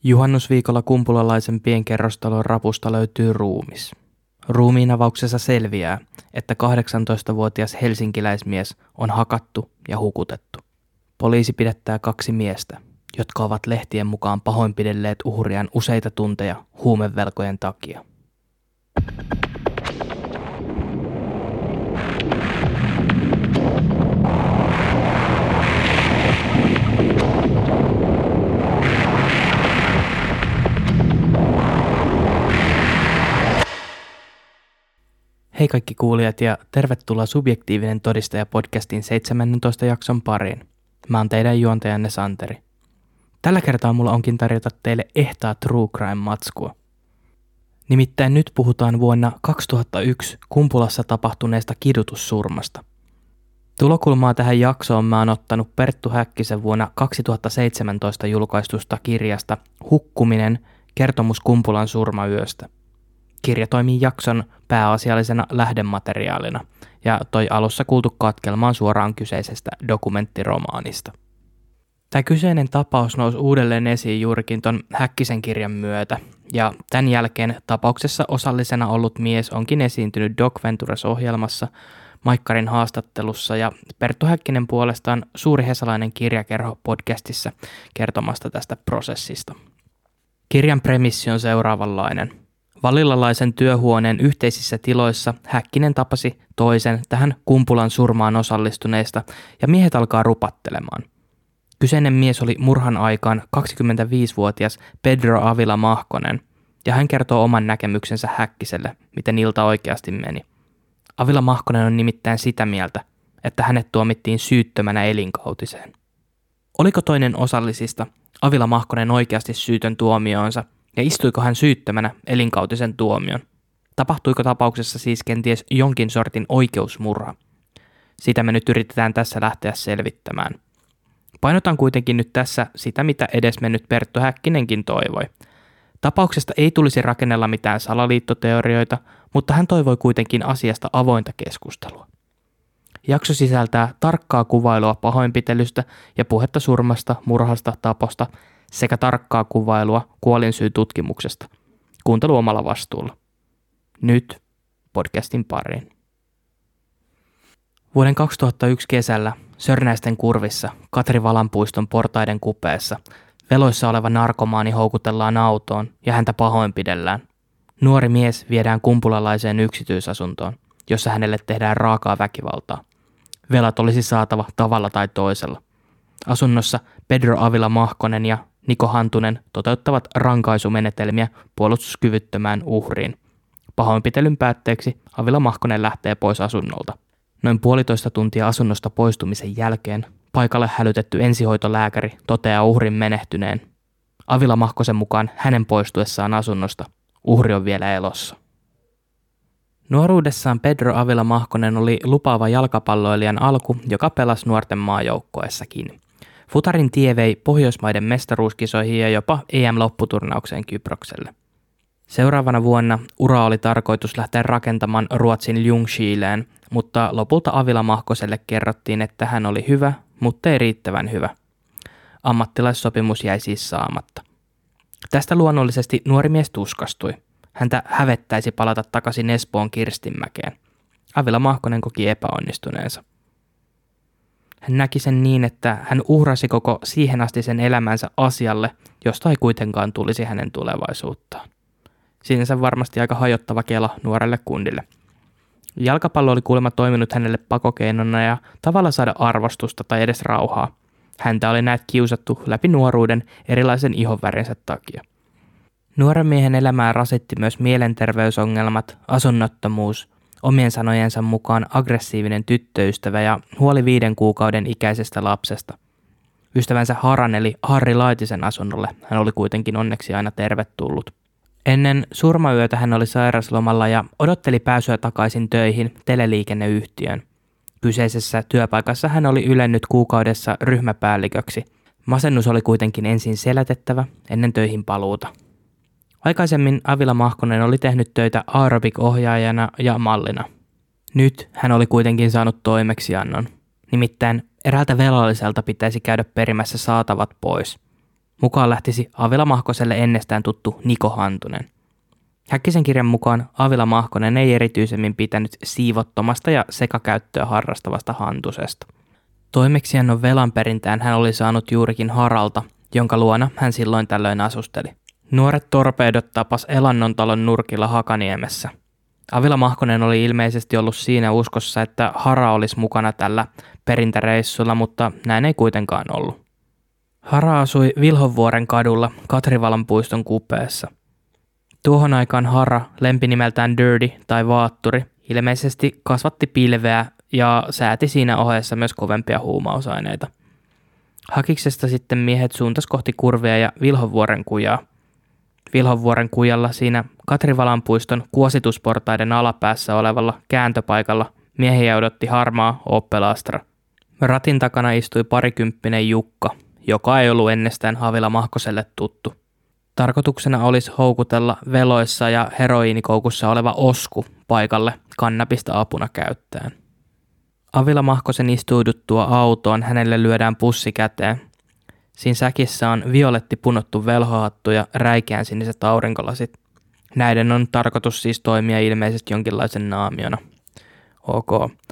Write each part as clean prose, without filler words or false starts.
Juhannusviikolla kumpulalaisen pienkerrostalon rapusta löytyy ruumis. Ruumiin avauksessa selviää, että 18-vuotias helsinkiläismies on hakattu ja hukutettu. Poliisi pidättää 2 miestä, jotka ovat lehtien mukaan pahoinpidelleet uhriaan useita tunteja huumevelkojen takia. Hei kaikki kuulijat ja tervetuloa Subjektiivinen todistaja podcastin 17 jakson pariin. Mä oon teidän juontajanne Santeri. Tällä kertaa mulla onkin tarjota teille ehtaa True Crime-matskua. Nimittäin nyt puhutaan vuonna 2001 Kumpulassa tapahtuneesta kidutussurmasta. Tulokulmaa tähän jaksoon mä oon ottanut Perttu Häkkisen vuonna 2017 julkaistusta kirjasta Hukkuminen, kertomus Kumpulan surmayöstä. Kirja toimii jakson pääasiallisena lähdemateriaalina ja toi alussa kuultu katkelma on suoraan kyseisestä dokumenttiromaanista. Tämä kyseinen tapaus nousi uudelleen esiin juurikin ton Häkkisen kirjan myötä ja tämän jälkeen tapauksessa osallisena ollut mies onkin esiintynyt Doc Ventures-ohjelmassa, Maikkarin haastattelussa ja Perttu Häkkinen puolestaan Suuri hesalainen kirjakerho podcastissa kertomasta tästä prosessista. Kirjan premissi on seuraavanlainen. Valillalaisen työhuoneen yhteisissä tiloissa Häkkinen tapasi toisen tähän Kumpulan surmaan osallistuneista ja miehet alkaa rupattelemaan. Kyseinen mies oli murhan aikaan 25-vuotias Pedro Avila Mahkonen ja hän kertoo oman näkemyksensä Häkkiselle, miten ilta oikeasti meni. Avila Mahkonen on nimittäin sitä mieltä, että hänet tuomittiin syyttömänä elinkautiseen. Oliko toinen osallisista Avila Mahkonen oikeasti syytön tuomioonsa? Ja istuiko hän syyttömänä elinkautisen tuomion? Tapahtuiko tapauksessa siis kenties jonkin sortin oikeusmurha? Sitä me nyt yritetään tässä lähteä selvittämään. Painotan kuitenkin nyt tässä sitä, mitä edesmennyt Perttu Häkkinenkin toivoi. Tapauksesta ei tulisi rakennella mitään salaliittoteorioita, mutta hän toivoi kuitenkin asiasta avointa keskustelua. Jakso sisältää tarkkaa kuvailua pahoinpitelystä ja puhetta surmasta, murhasta, taposta sekä tarkkaa kuvailua kuolinsyytutkimuksesta. Kuuntelu omalla vastuulla. Nyt podcastin pariin. Vuoden 2001 kesällä Sörnäisten kurvissa Katri Valanpuiston portaiden kupeessa veloissa oleva narkomaani houkutellaan autoon ja häntä pahoinpidellään. Nuori mies viedään kumpulalaiseen yksityisasuntoon, jossa hänelle tehdään raakaa väkivaltaa. Velat olisi saatava tavalla tai toisella. Asunnossa Pedro Avila Mahkonen ja Niko Hantunen toteuttavat rankaisumenetelmiä puolustuskyvyttömään uhriin. Pahoinpitelyn päätteeksi Avila Mahkonen lähtee pois asunnolta. Noin 1,5 tuntia asunnosta poistumisen jälkeen paikalle hälytetty ensihoitolääkäri toteaa uhrin menehtyneen. Avila Mahkosen mukaan hänen poistuessaan asunnosta uhri on vielä elossa. Nuoruudessaan Pedro Avila Mahkonen oli lupaava jalkapalloilijan alku, joka pelasi nuorten maajoukkoessakin. Futarin tie vei Pohjoismaiden mestaruuskisoihin ja jopa EM-lopputurnaukseen Kyprokselle. Seuraavana vuonna ura oli tarkoitus lähteä rakentamaan Ruotsin Ljungskileen, mutta lopulta Avila Mahkoselle kerrottiin, että hän oli hyvä, mutta ei riittävän hyvä. Ammattilaissopimus jäi siis saamatta. Tästä luonnollisesti nuori mies tuskastui. Häntä hävettäisi palata takaisin Espoon Kirstinmäkeen. Avila Mahkonen koki epäonnistuneensa. Hän näki sen niin, että hän uhrasi koko siihen asti sen elämänsä asialle, josta ei kuitenkaan tulisi hänen tulevaisuuttaan. Sinänsä varmasti aika hajottava kela nuorelle kundille. Jalkapallo oli kuulemma toiminut hänelle pakokeinona ja tavalla saada arvostusta tai edes rauhaa. Häntä oli näet kiusattu läpi nuoruuden erilaisen ihonvärinsä takia. Nuoren miehen elämää rasitti myös mielenterveysongelmat, asunnottomuus, omien sanojensa mukaan aggressiivinen tyttöystävä ja huoli 5 kuukauden ikäisestä lapsesta. Ystävänsä haraneli Harri Laitisen asunnolle, hän oli kuitenkin onneksi aina tervetullut. Ennen surmayötä hän oli sairaslomalla ja odotteli pääsyä takaisin töihin teleliikenneyhtiöön. Kyseisessä työpaikassa hän oli ylennyt kuukaudessa ryhmäpäälliköksi. Masennus oli kuitenkin ensin selätettävä ennen töihin paluuta. Aikaisemmin Avila Mahkonen oli tehnyt töitä aerobik-ohjaajana ja mallina. Nyt hän oli kuitenkin saanut toimeksiannon. Nimittäin eräältä velalliselta pitäisi käydä perimässä saatavat pois. Mukaan lähtisi Avila Mahkoselle ennestään tuttu Niko Hantunen. Häkkisen kirjan mukaan Avila Mahkonen ei erityisemmin pitänyt siivottomasta ja sekakäyttöä harrastavasta Hantusesta. Toimeksiannon velanperintään hän oli saanut juurikin Haralta, jonka luona hän silloin tällöin asusteli. Nuoret torpeidot tapas Elannon talon nurkilla Hakaniemessä. Avila Mahkonen oli ilmeisesti ollut siinä uskossa, että Hara olisi mukana tällä perintäreissulla, mutta näin ei kuitenkaan ollut. Hara asui Vilhonvuoren kadulla Katrivalan puiston kupeessa. Tuohon aikaan Hara, lempinimeltään Dirty tai Vaatturi, ilmeisesti kasvatti pilveä ja sääti siinä ohessa myös kovempia huumausaineita. Hakiksesta sitten miehet suuntas kohti Kurvia ja Vilhonvuoren kujaa. Vilhonvuoren kujalla siinä Katrivalan puiston kuositusportaiden alapäässä olevalla kääntöpaikalla miehiä odotti harmaa Opel Astra. Ratin takana istui parikymppinen Jukka, joka ei ollut ennestään Avila Mahkoselle tuttu. Tarkoituksena olisi houkutella veloissa ja heroiinikoukussa oleva Osku paikalle kannabista apuna käyttäen. Avila Mahkosen istuuduttua autoon hänelle lyödään pussi käteen. Siinä säkissä on violetti punottu velhohattu ja räikeän siniset aurinkolasit. Näiden on tarkoitus siis toimia ilmeisesti jonkinlaisen naamiona. Ok.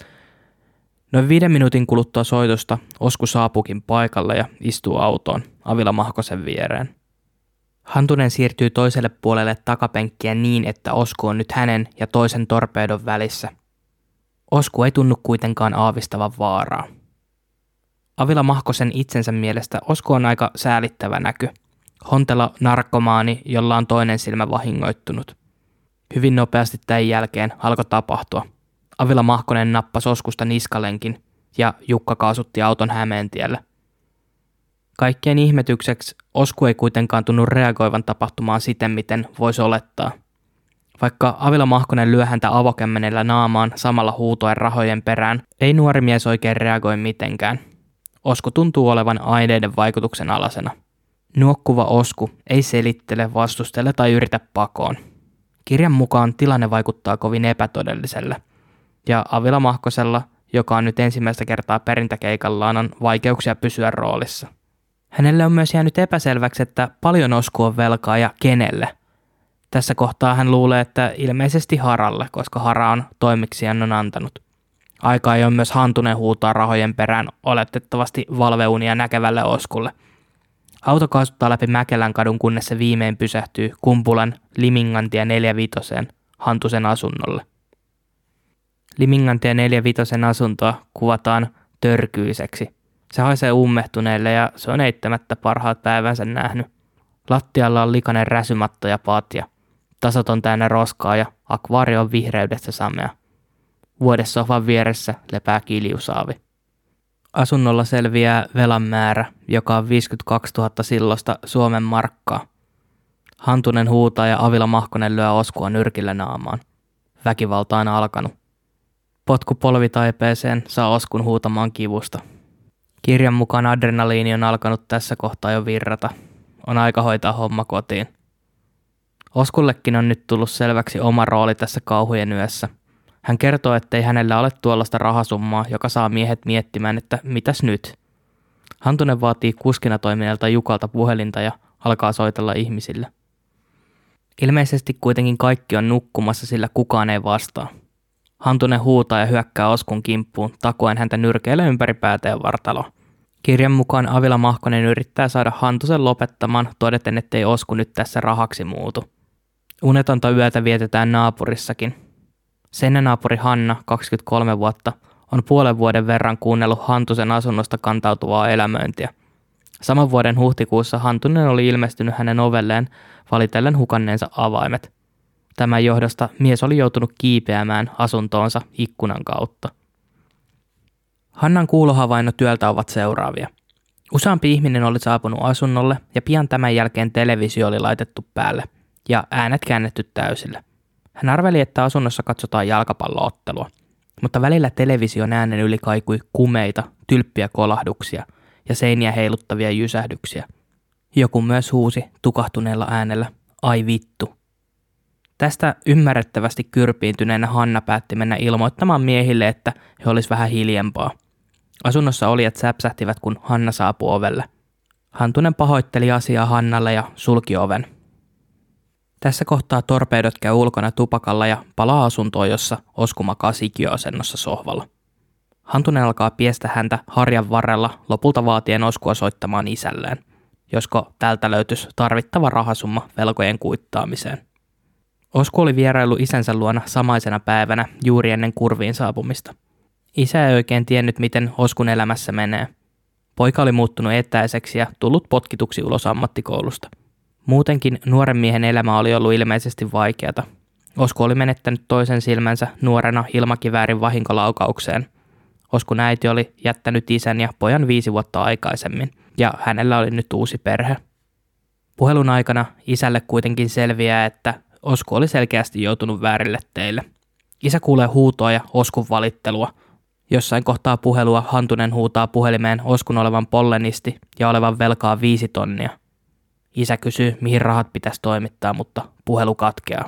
Noin 5 minuutin kuluttua soitosta Osku saapuukin paikalle ja istuu autoon Avila Mahkosen viereen. Hantunen siirtyy toiselle puolelle takapenkkiä niin, että Osku on nyt hänen ja toisen torpeedon välissä. Osku ei tunnu kuitenkaan aavistavan vaaraa. Avila Mahkosen itsensä mielestä Osku on aika säälittävä näky. Hontela narkkomaani, jolla on toinen silmä vahingoittunut. Hyvin nopeasti tämän jälkeen alkoi tapahtua. Avila Mahkonen nappasi Oskusta niskalenkin ja Jukka kaasutti auton Hämeentielle. Kaikkien ihmetykseksi Osku ei kuitenkaan tunnu reagoivan tapahtumaan siten, miten voisi olettaa. Vaikka Avila Mahkonen lyö häntä avokämmenellä naamaan samalla huutoen rahojen perään, ei nuori mies oikein reagoi mitenkään. Osku tuntuu olevan aineiden vaikutuksen alasena. Nuokkuva Osku ei selittele, vastustele tai yritä pakoon. Kirjan mukaan tilanne vaikuttaa kovin epätodelliselle. Ja Avila Mahkosella, joka on nyt ensimmäistä kertaa perintäkeikallaan, on vaikeuksia pysyä roolissa. Hänelle on myös jäänyt epäselväksi, että paljon Osku on velkaa ja kenelle. Tässä kohtaa hän luulee, että ilmeisesti Haralle, koska Hara on toimeksiannon antanut. Aika ei ole myös Hantunen huutaa rahojen perään oletettavasti valveunia näkevälle Oskulle. Auto kaasuttaa läpi Mäkelän kadun, kunnes se viimein pysähtyy Kumpulan Limingantie 45 Hantusen asunnolle. Limingantie 45 asuntoa kuvataan törkyiseksi. Se haisee ummehtuneelle ja se on eittämättä parhaat päivänsä nähnyt. Lattialla on likainen räsymatto ja patja. Tasot on täynnä roskaa ja akvaario on vihreydessä samea. Vuodessofan vieressä lepää kiljusaavi. Asunnolla selviää velan määrä, joka on 52 000 silloista Suomen markkaa. Hantunen huutaa ja Avila Mahkonen lyö Oskua nyrkillä naamaan. Väkivalta on alkanut. Potku polvitaipeeseen saa Oskun huutamaan kivusta. Kirjan mukaan adrenaliini on alkanut tässä kohtaa jo virrata. On aika hoitaa homma kotiin. Oskullekin on nyt tullut selväksi oma rooli tässä kauhujen yössä. Hän kertoo, ettei hänellä ole tuollaista rahasummaa, joka saa miehet miettimään, että mitäs nyt. Hantunen vaatii kuskina toimineelta Jukalta puhelinta ja alkaa soitella ihmisille. Ilmeisesti kuitenkin kaikki on nukkumassa, sillä kukaan ei vastaa. Hantunen huutaa ja hyökkää Oskun kimppuun, takoen häntä nyrkeillä ympäri päätä ja vartaloa. Kirjan mukaan Avila Mahkonen yrittää saada Hantusen lopettamaan, todeten, ettei Osku nyt tässä rahaksi muutu. Unetonta yötä vietetään naapurissakin. Seinänaapuri Hanna, 23 vuotta, on puolen vuoden verran kuunnellut Hantusen asunnosta kantautuvaa elämöintiä. Saman vuoden huhtikuussa Hantunen oli ilmestynyt hänen ovelleen valitellen hukanneensa avaimet. Tämän johdosta mies oli joutunut kiipeämään asuntoonsa ikkunan kautta. Hannan kuulohavainnot työltä ovat seuraavia. Useampi ihminen oli saapunut asunnolle ja pian tämän jälkeen televisio oli laitettu päälle ja äänet käännetty täysille. Hän arveli, että asunnossa katsotaan jalkapalloottelua, mutta välillä television äänen yli kaikui kumeita, tylppiä kolahduksia ja seiniä heiluttavia jysähdyksiä. Joku myös huusi tukahtuneella äänellä, ai vittu. Tästä ymmärrettävästi kyrpiintyneenä Hanna päätti mennä ilmoittamaan miehille, että he olisi vähän hiljempaa. Asunnossa olijat säpsähtivät, kun Hanna saapui ovelle. Hantunen pahoitteli asiaa Hannalle ja sulki oven. Tässä kohtaa torpeidot käy ulkona tupakalla ja palaa asuntoon, jossa Osku makaa sikiöasennossa sohvalla. Hantunen alkaa piestä häntä harjan varrella, lopulta vaatien Oskua soittamaan isälleen, josko tältä löytyisi tarvittava rahasumma velkojen kuittaamiseen. Osku oli vierailu isänsä luona samaisena päivänä juuri ennen kurviin saapumista. Isä ei oikein tiennyt, miten Oskun elämässä menee. Poika oli muuttunut etäiseksi ja tullut potkituksi ulos ammattikoulusta. Muutenkin nuoren miehen elämä oli ollut ilmeisesti vaikeata. Osku oli menettänyt toisen silmänsä nuorena ilmakiväärin vahinkolaukaukseen. Oskun äiti oli jättänyt isän ja pojan 5 vuotta aikaisemmin, ja hänellä oli nyt uusi perhe. Puhelun aikana isälle kuitenkin selviää, että Osku oli selkeästi joutunut väärille teille. Isä kuulee huutoa ja Oskun valittelua. Jossain kohtaa puhelua Hantunen huutaa puhelimeen Oskun olevan pollenisti ja olevan velkaa 5 tonnia. Isä kysyy, mihin rahat pitäisi toimittaa, mutta puhelu katkeaa.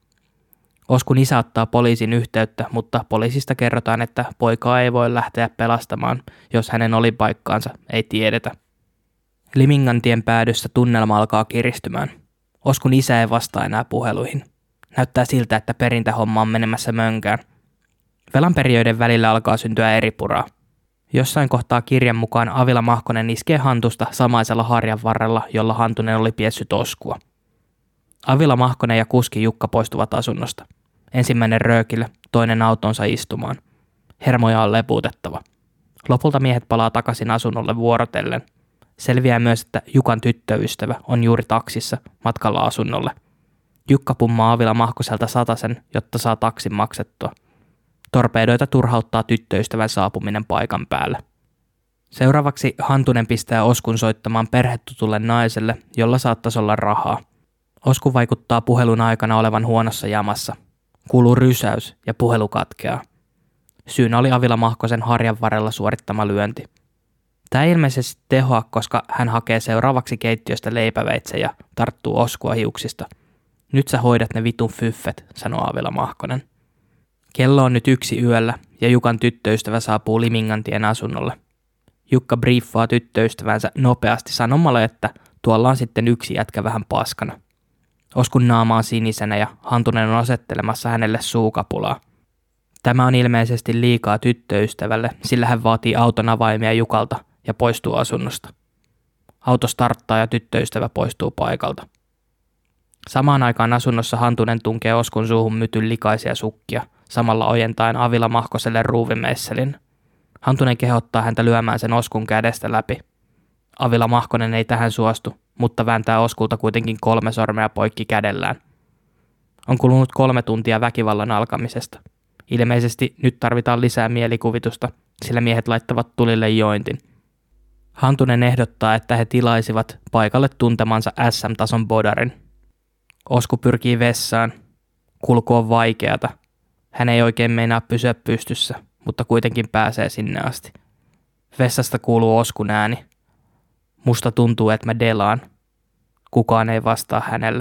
Oskun isä ottaa poliisin yhteyttä, mutta poliisista kerrotaan, että poikaa ei voi lähteä pelastamaan, jos hänen olipaikkaansa ei tiedetä. Limingantien päädyssä tunnelma alkaa kiristymään. Oskun isä ei vastaa enää puheluihin. Näyttää siltä, että perintähomma on menemässä mönkään. Velanperijöiden välillä alkaa syntyä eripuraa. Jossain kohtaa kirjan mukaan Avila Mahkonen iskee Hantusta samaisella harjan varrella, jolla Hantunen oli piessyt Oskua. Avila Mahkonen ja kuski Jukka poistuvat asunnosta. Ensimmäinen röökille, toinen autonsa istumaan. Hermoja on lepuutettava. Lopulta miehet palaa takaisin asunnolle vuorotellen. Selviää myös, että Jukan tyttöystävä on juuri taksissa matkalla asunnolle. Jukka pummaa Avila Mahkoselta 100, jotta saa taksin maksettua. Torpedoita turhauttaa tyttöystävän saapuminen paikan päälle. Seuraavaksi Hantunen pistää Oskun soittamaan perhetutulle naiselle, jolla saattaisi olla rahaa. Osku vaikuttaa puhelun aikana olevan huonossa jamassa. Kuuluu rysäys ja puhelu katkeaa. Syynä oli Avila Mahkosen harjan varrella suorittama lyönti. Tämä ei ilmeisesti tehoa, koska hän hakee seuraavaksi keittiöstä leipäveitsen ja tarttuu Oskua hiuksista. Nyt sä hoidat ne vitun fyffet, sanoo Avila Mahkonen. Kello on nyt 1 yöllä ja Jukan tyttöystävä saapuu Limingantien asunnolle. Jukka briefaa tyttöystävänsä nopeasti sanomalla, että tuolla on sitten yksi jätkä vähän paskana. Oskun naama on sinisenä ja Hantunen on asettelemassa hänelle suukapulaa. Tämä on ilmeisesti liikaa tyttöystävälle, sillä hän vaatii auton avaimia Jukalta ja poistuu asunnosta. Auto starttaa ja tyttöystävä poistuu paikalta. Samaan aikaan asunnossa Hantunen tunkee Oskun suuhun mytyn likaisia sukkia, samalla ojentaen Avila Mahkoselle ruuvimeisselin. Hantunen kehottaa häntä lyömään sen Oskun kädestä läpi. Avila Mahkonen ei tähän suostu, mutta vääntää Oskulta kuitenkin 3 sormea poikki kädellään. On kulunut 3 tuntia väkivallan alkamisesta. Ilmeisesti nyt tarvitaan lisää mielikuvitusta, sillä miehet laittavat tulille jointin. Hantunen ehdottaa, että he tilaisivat paikalle tuntemansa SM-tason bodarin. Osku pyrkii vessaan. Kulku on vaikeata. Hän ei oikein meinaa pysyä pystyssä, mutta kuitenkin pääsee sinne asti. Vessasta kuuluu Oskun ääni. Musta tuntuu, että mä delaan. Kukaan ei vastaa hänellä.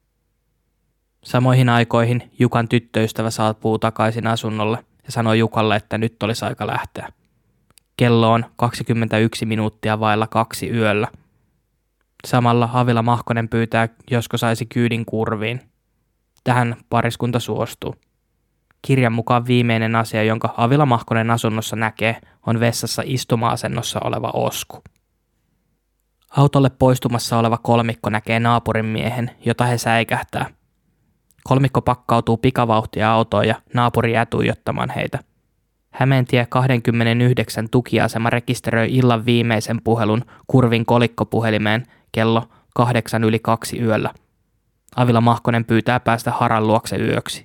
Samoihin aikoihin Jukan tyttöystävä saapuu takaisin asunnolle ja sanoo Jukalle, että nyt olisi aika lähteä. Kello on 21 minuuttia vailla 2 yöllä. Samalla Avila Mahkonen pyytää, josko saisi kyydin kurviin. Tähän pariskunta suostuu. Kirjan mukaan viimeinen asia, jonka Avila Mahkonen asunnossa näkee, on vessassa istuma-asennossa oleva Osku. Autolle poistumassa oleva kolmikko näkee naapurin miehen, jota he säikähtää. Kolmikko pakkautuu pikavauhtia autoon ja naapuri jää tuijottamaan heitä. Hämeentie 29 tukiasema rekisteröi illan viimeisen puhelun Kurvin kolikkopuhelimeen kello 2:08 yöllä. Avila Mahkonen pyytää päästä Haran luokse yöksi.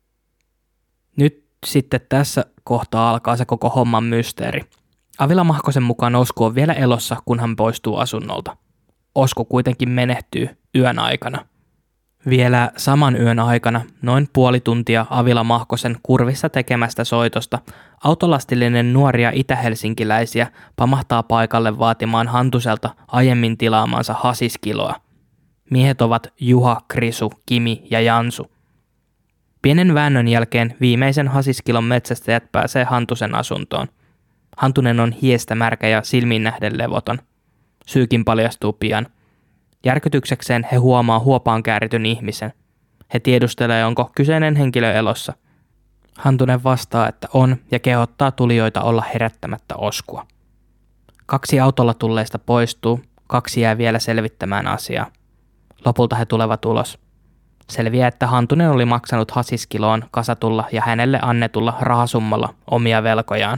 Nyt sitten tässä kohtaa alkaa se koko homman mysteeri. Avila Mahkosen mukaan Osku on vielä elossa, kun hän poistuu asunnolta. Osku kuitenkin menehtyy yön aikana. Vielä saman yön aikana, noin puoli tuntia Avila Mahkosen Kurvissa tekemästä soitosta, autolastillinen nuoria itähelsinkiläisiä pamahtaa paikalle vaatimaan Hantuselta aiemmin tilaamansa hasiskiloa. Miehet ovat Juha, Krisu, Kimi ja Jansu. Pienen väännön jälkeen viimeisen hasiskilon metsästäjät pääsee Hantusen asuntoon. Hantunen on hiestä märkä ja silmiin nähden levoton. Syykin paljastuu pian. Järkytyksekseen he huomaa huopaan käärityn ihmisen. He tiedustelee, onko kyseinen henkilö elossa. Hantunen vastaa, että on ja kehottaa tulijoita olla herättämättä Oskua. 2 autolla tulleista poistuu, 2 jää vielä selvittämään asiaa. Lopulta he tulevat ulos. Selviää, että Hantunen oli maksanut hasiskiloon kasatulla ja hänelle annetulla rahasummalla omia velkojaan.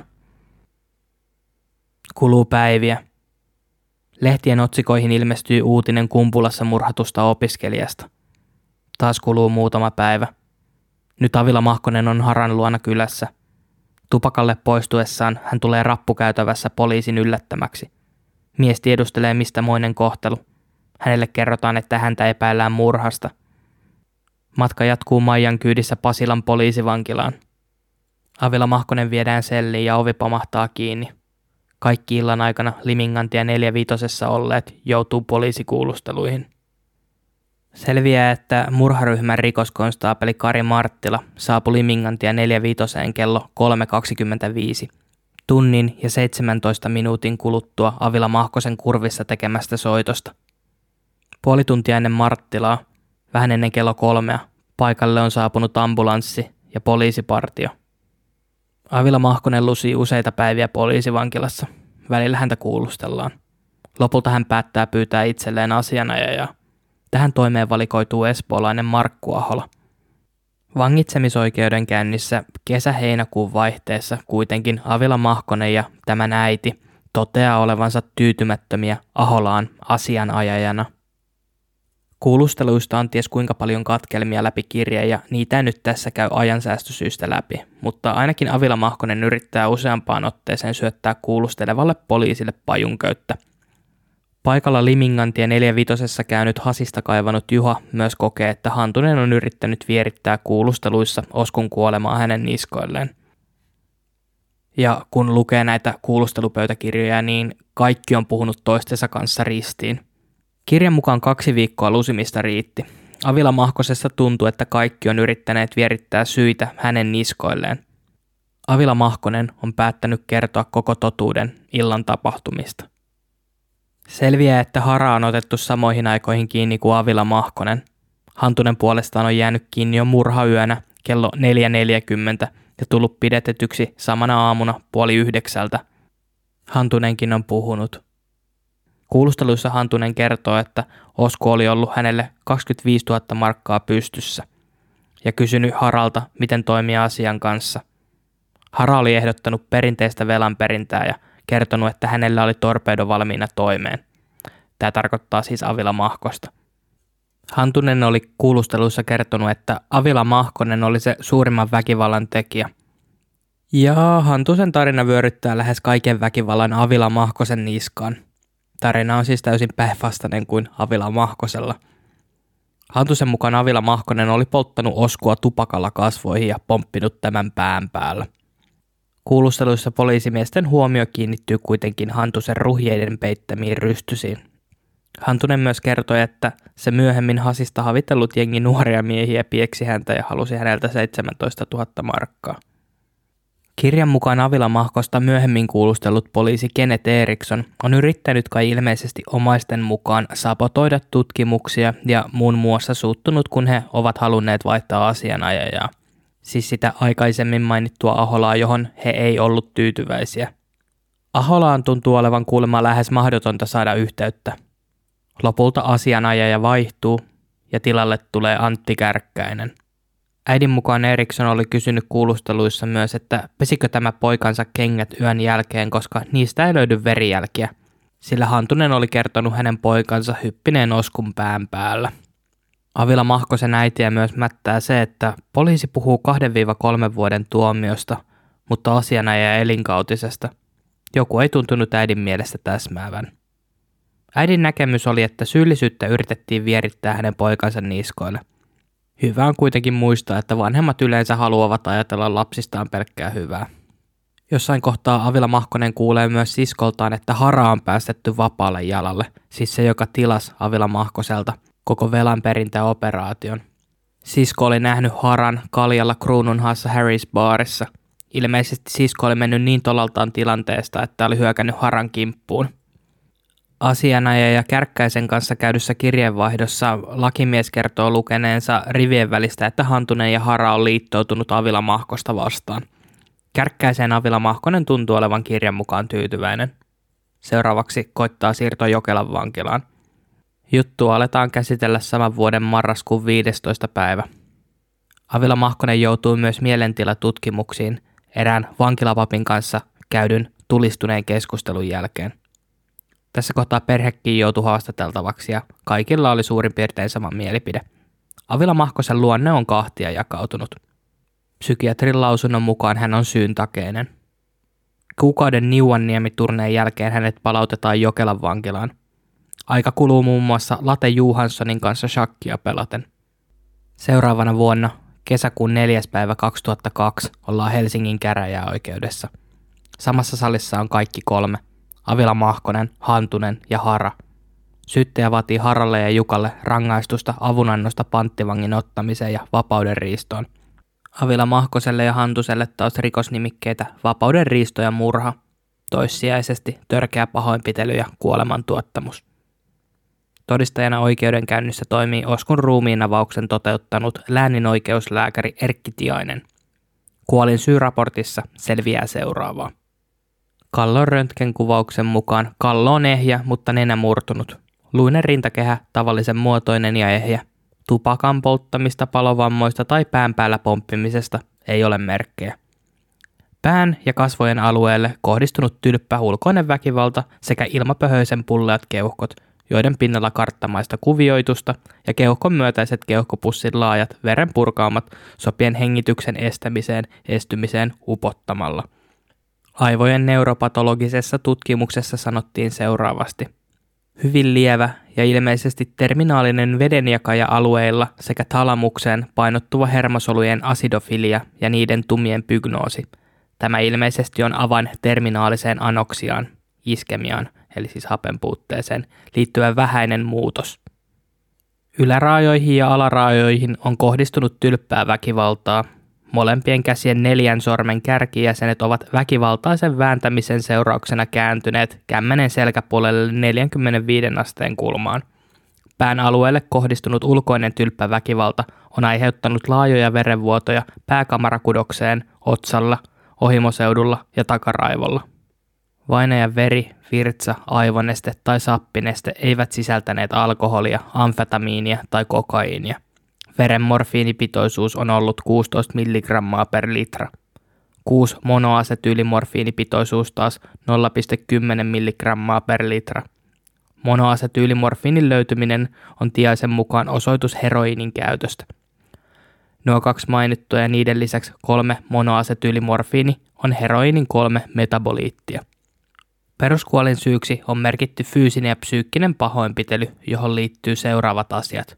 Kuluu päiviä. Lehtien otsikoihin ilmestyy uutinen Kumpulassa murhatusta opiskelijasta. Taas kuluu muutama päivä. Nyt Avila Mahkonen on Haran luona kylässä. Tupakalle poistuessaan hän tulee rappukäytävässä poliisin yllättämäksi. Mies tiedustelee, mistä moinen kohtelu. Hänelle kerrotaan, että häntä epäillään murhasta. Matka jatkuu Maijan kyydissä Pasilan poliisivankilaan. Avila Mahkonen viedään selliin ja ovi pamahtaa kiinni. Kaikki illan aikana Limingantie 45 olleet joutuu poliisikuulusteluihin. Selviää, että murharyhmän rikoskonstaapeli Kari Marttila saapui Limingantie 45 kello 3.25, tunnin ja 17 minuutin kuluttua Avila Mahkosen kurvissa tekemästä soitosta. Puoli tuntia ennen Marttilaa, vähän ennen kello 3, paikalle on saapunut ambulanssi ja poliisipartio. Avila Mahkonen lusii useita päiviä poliisivankilassa. Välillä häntä kuulustellaan. Lopulta hän päättää pyytää itselleen asianajajaa. Tähän toimeen valikoituu espoolainen Markku Ahola. Vangitsemisoikeudenkäynnissä kesä-heinäkuun vaihteessa kuitenkin Avila Mahkonen ja tämän äiti toteaa olevansa tyytymättömiä Aholaan asianajajana. Kuulusteluista on ties kuinka paljon katkelmia läpi kirjeen ja niitä ei nyt tässä käy ajansäästösyistä läpi, mutta ainakin Avila Mahkonen yrittää useampaan otteeseen syöttää kuulustelevalle poliisille pajunköyttä. Paikalla Limingantie 45 käynyt hasista kaivannut Juha myös kokee, että Hantunen on yrittänyt vierittää kuulusteluissa Oskun kuolemaa hänen niskoilleen. Ja kun lukee näitä kuulustelupöytäkirjoja, niin kaikki on puhunut toistensa kanssa ristiin. Kirjan mukaan 2 viikkoa lusimista riitti. Avila Mahkosessa tuntui, että kaikki on yrittäneet vierittää syitä hänen niskoilleen. Avila Mahkonen on päättänyt kertoa koko totuuden illan tapahtumista. Selviää, että Hara on otettu samoihin aikoihin kiinni kuin Avila Mahkonen. Hantunen puolestaan on jäänyt kiinni jo murhayönä kello 4.40 ja tullut pidetetyksi samana aamuna 8:30. Hantunenkin on puhunut. Kuulusteluissa Hantunen kertoo, että Osku oli ollut hänelle 25 000 markkaa pystyssä ja kysynyt Haralta, miten toimia asian kanssa. Hara oli ehdottanut perinteistä velanperintää ja kertonut, että hänellä oli torpedo valmiina toimeen. Tämä tarkoittaa siis Avila Mahkosta. Hantunen oli kuulusteluissa kertonut, että Avila Mahkonen oli se suurimman väkivallan tekijä. Ja Hantusen tarina vyöryttää lähes kaiken väkivallan Avila Mahkosen niskaan. Tarina on siis täysin päinvastainen kuin Avila Mahkosella. Hantusen mukaan Avila Mahkonen oli polttanut Oskua tupakalla kasvoihin ja pomppinut tämän pään päällä. Kuulusteluissa poliisimiesten huomio kiinnittyy kuitenkin Hantusen ruhjeiden peittämiin rystysiin. Hantunen myös kertoi, että se myöhemmin hasista havitellut jengi nuoria miehiä pieksi häntä ja halusi häneltä 17 000 markkaa. Kirjan mukaan Avila Mahkosta myöhemmin kuulustellut poliisi Kenneth Eriksson on yrittänyt kai ilmeisesti omaisten mukaan sabotoida tutkimuksia ja muun muassa suuttunut, kun he ovat halunneet vaihtaa asianajajaa. Siis sitä aikaisemmin mainittua Aholaa, johon he ei ollut tyytyväisiä. Aholaan tuntuu olevan kuulemma lähes mahdotonta saada yhteyttä. Lopulta asianajaja vaihtuu ja tilalle tulee Antti Kärkkäinen. Äidin mukaan Eriksson oli kysynyt kuulusteluissa myös, että pesikö tämä poikansa kengät yön jälkeen, koska niistä ei löydy verijälkiä, sillä Hantunen oli kertonut hänen poikansa hyppineen Oskun pään päällä. Avila Mahkosen äitiä myös mättää se, että poliisi puhuu 2-3 vuoden tuomiosta, mutta asianajaja elinkautisesta. Joku ei tuntunut äidin mielestä täsmäävän. Äidin näkemys oli, että syyllisyyttä yritettiin vierittää hänen poikansa niskoille. Hyvä on kuitenkin muistaa, että vanhemmat yleensä haluavat ajatella lapsistaan pelkkää hyvää. Jossain kohtaa Avila Mahkonen kuulee myös siskoltaan, että Hara on päästetty vapaalle jalalle, siis se, joka tilasi Avila Mahkoselta koko velanperintäoperaation. Sisko oli nähnyt Haran kaljalla Kruununhaassa Harry's baarissa. Ilmeisesti sisko oli mennyt niin tolaltaan tilanteesta, että oli hyökännyt Haran kimppuun. Asianajaja Kärkkäisen kanssa käydyssä kirjeenvaihdossa lakimies kertoo lukeneensa rivien välistä, että Hantunen ja Hara on liittoutunut Avila Mahkosta vastaan. Kärkkäiseen Avila Mahkonen tuntuu olevan kirjan mukaan tyytyväinen. Seuraavaksi koittaa siirto Jokelan vankilaan. Juttua aletaan käsitellä saman vuoden marraskuun 15. päivä. Avila Mahkonen joutuu myös mielentilatutkimuksiin erään vankilapapin kanssa käydyn tulistuneen keskustelun jälkeen. Tässä kohtaa perhekin joutui haastateltavaksi ja kaikilla oli suurin piirtein sama mielipide. Avila Mahkosen luonne on kahtia jakautunut. Psykiatrin lausunnon mukaan hän on syyntakeinen. Kuukauden Niuanniemi-turneen jälkeen hänet palautetaan Jokelan vankilaan. Aika kuluu muun muassa Late Johanssonin kanssa shakkia pelaten. Seuraavana vuonna, kesäkuun 4. päivä 2002, ollaan Helsingin käräjäoikeudessa. Samassa salissa on kaikki kolme. Avila Mahkonen, Hantunen ja Hara. Syyttäjä vaatii Haralle ja Jukalle rangaistusta avunannosta panttivangin ottamiseen ja vapauden riistoon. Avila Mahkoselle ja Hantuselle taas rikosnimikkeitä vapauden riisto ja murha, toissijaisesti törkeä pahoinpitely ja kuolemantuottamus. Todistajana oikeudenkäynnissä toimii Oskun ruumiinavauksen toteuttanut lääninoikeuslääkäri Erkki Tiainen. Kuolin syyraportissa selviää seuraavaa. Kallon röntgenkuvauksen mukaan kallo on ehjä, mutta nenä murtunut. Luinen rintakehä tavallisen muotoinen ja ehjä. Tupakan polttamista, palovammoista tai pään päällä pomppimisesta ei ole merkkejä. Pään ja kasvojen alueelle kohdistunut tylppä ulkoinen väkivalta sekä ilmapöhöisen pulleat keuhkot, joiden pinnalla karttamaista kuvioitusta ja keuhkon myötäiset keuhkopussin laajat verenpurkaumat sopien hengityksen estymiseen upottamalla. Aivojen neuropatologisessa tutkimuksessa sanottiin seuraavasti. Hyvin lievä ja ilmeisesti terminaalinen vedenjakaja alueilla sekä talamukseen painottuva hermosolujen asidofilia ja niiden tumien pygnoosi. Tämä ilmeisesti on avain terminaaliseen anoksiaan, iskemiaan, eli siis hapenpuutteeseen, liittyvä vähäinen muutos. Yläraajoihin ja alaraajoihin on kohdistunut tylppää väkivaltaa. Molempien käsien 4 sormen kärkijäsenet ovat väkivaltaisen vääntämisen seurauksena kääntyneet kämmenen selkäpuolelle 45 asteen kulmaan. Pään alueelle kohdistunut ulkoinen tylppä väkivalta on aiheuttanut laajoja verenvuotoja pääkamarakudokseen, otsalla, ohimoseudulla ja takaraivolla. Vainajan veri, virtsa, aivoneste tai sappineste eivät sisältäneet alkoholia, amfetamiinia tai kokaiinia. Veren morfiinipitoisuus on ollut 16 mg per litra. 6 monoasetyylimorfiinipitoisuus taas 0,10 mg per litra. Monoasetyylimorfiinin löytyminen on Tiaisen mukaan osoitus heroiinin käytöstä. Nuo 2 mainittuja ja niiden lisäksi 3 monoasetyylimorfiini on heroiinin 3 metaboliittia. Peruskuolin syyksi on merkitty fyysinen ja psyykkinen pahoinpitely, johon liittyy seuraavat asiat.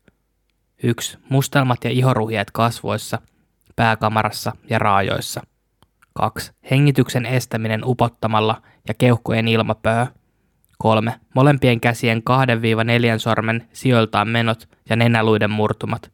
1. Mustelmat ja ihoruhjeet kasvoissa, pääkamarassa ja raajoissa. 2. Hengityksen estäminen upottamalla ja keuhkojen ilmapöhö. 3. Molempien käsien 2-4 sormen sijoiltaan menot ja nenäluiden murtumat.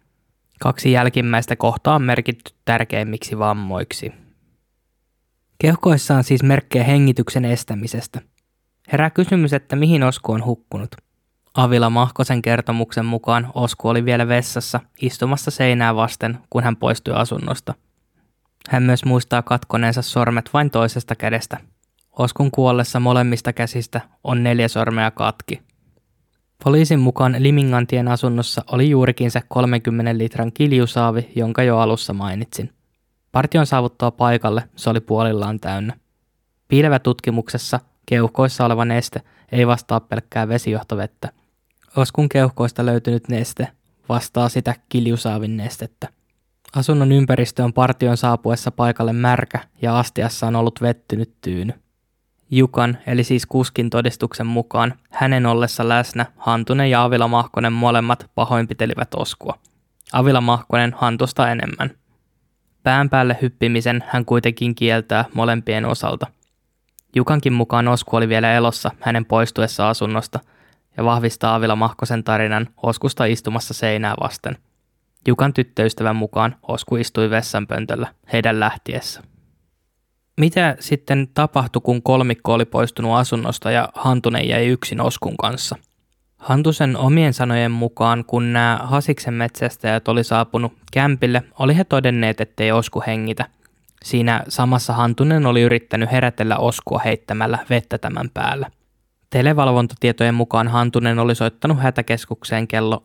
2 jälkimmäistä kohtaa on merkitty tärkeimmiksi vammoiksi. Keuhkoissa on siis merkkejä hengityksen estämisestä. Herää kysymys, että mihin Osku on hukkunut. Avila Mahkosen kertomuksen mukaan Osku oli vielä vessassa istumassa seinää vasten, kun hän poistui asunnosta. Hän myös muistaa katkoneensa sormet vain toisesta kädestä. Oskun kuollessa molemmista käsistä on 4 sormea katki. Poliisin mukaan Limingantien asunnossa oli juurikin se 30 litran kiljusaavi, jonka jo alussa mainitsin. Partion saavuttua paikalle se oli puolillaan täynnä. Piilevätutkimuksessa keuhkoissa oleva neste ei vastaa pelkkää vesijohtovettä. Oskun keuhkoista löytynyt neste vastaa sitä kiljusaavin nestettä. Asunnon ympäristö on partion saapuessa paikalle märkä ja astiassa on ollut vettynyt tyyny. Jukan, eli siis kuskin todistuksen mukaan, hänen ollessa läsnä Hantunen ja Avila Mahkonen molemmat pahoinpitelivät Oskua. Avila Mahkonen Hantusta enemmän. Pään päälle hyppimisen hän kuitenkin kieltää molempien osalta. Jukankin mukaan Osku oli vielä elossa hänen poistuessa asunnosta ja vahvistaa Avila Mahkosen tarinan Oskusta istumassa seinää vasten. Jukan tyttöystävän mukaan Osku istui vessanpöntöllä heidän lähtiessä. Mitä sitten tapahtui, kun kolmikko oli poistunut asunnosta ja Hantunen jäi yksin Oskun kanssa? Hantusen omien sanojen mukaan, kun nämä Hasiksen metsästäjät oli saapunut kämpille, oli he todenneet, ettei Osku hengitä. Siinä samassa Hantunen oli yrittänyt herätellä Oskua heittämällä vettä tämän päällä. Televalvontatietojen mukaan Hantunen oli soittanut hätäkeskukseen kello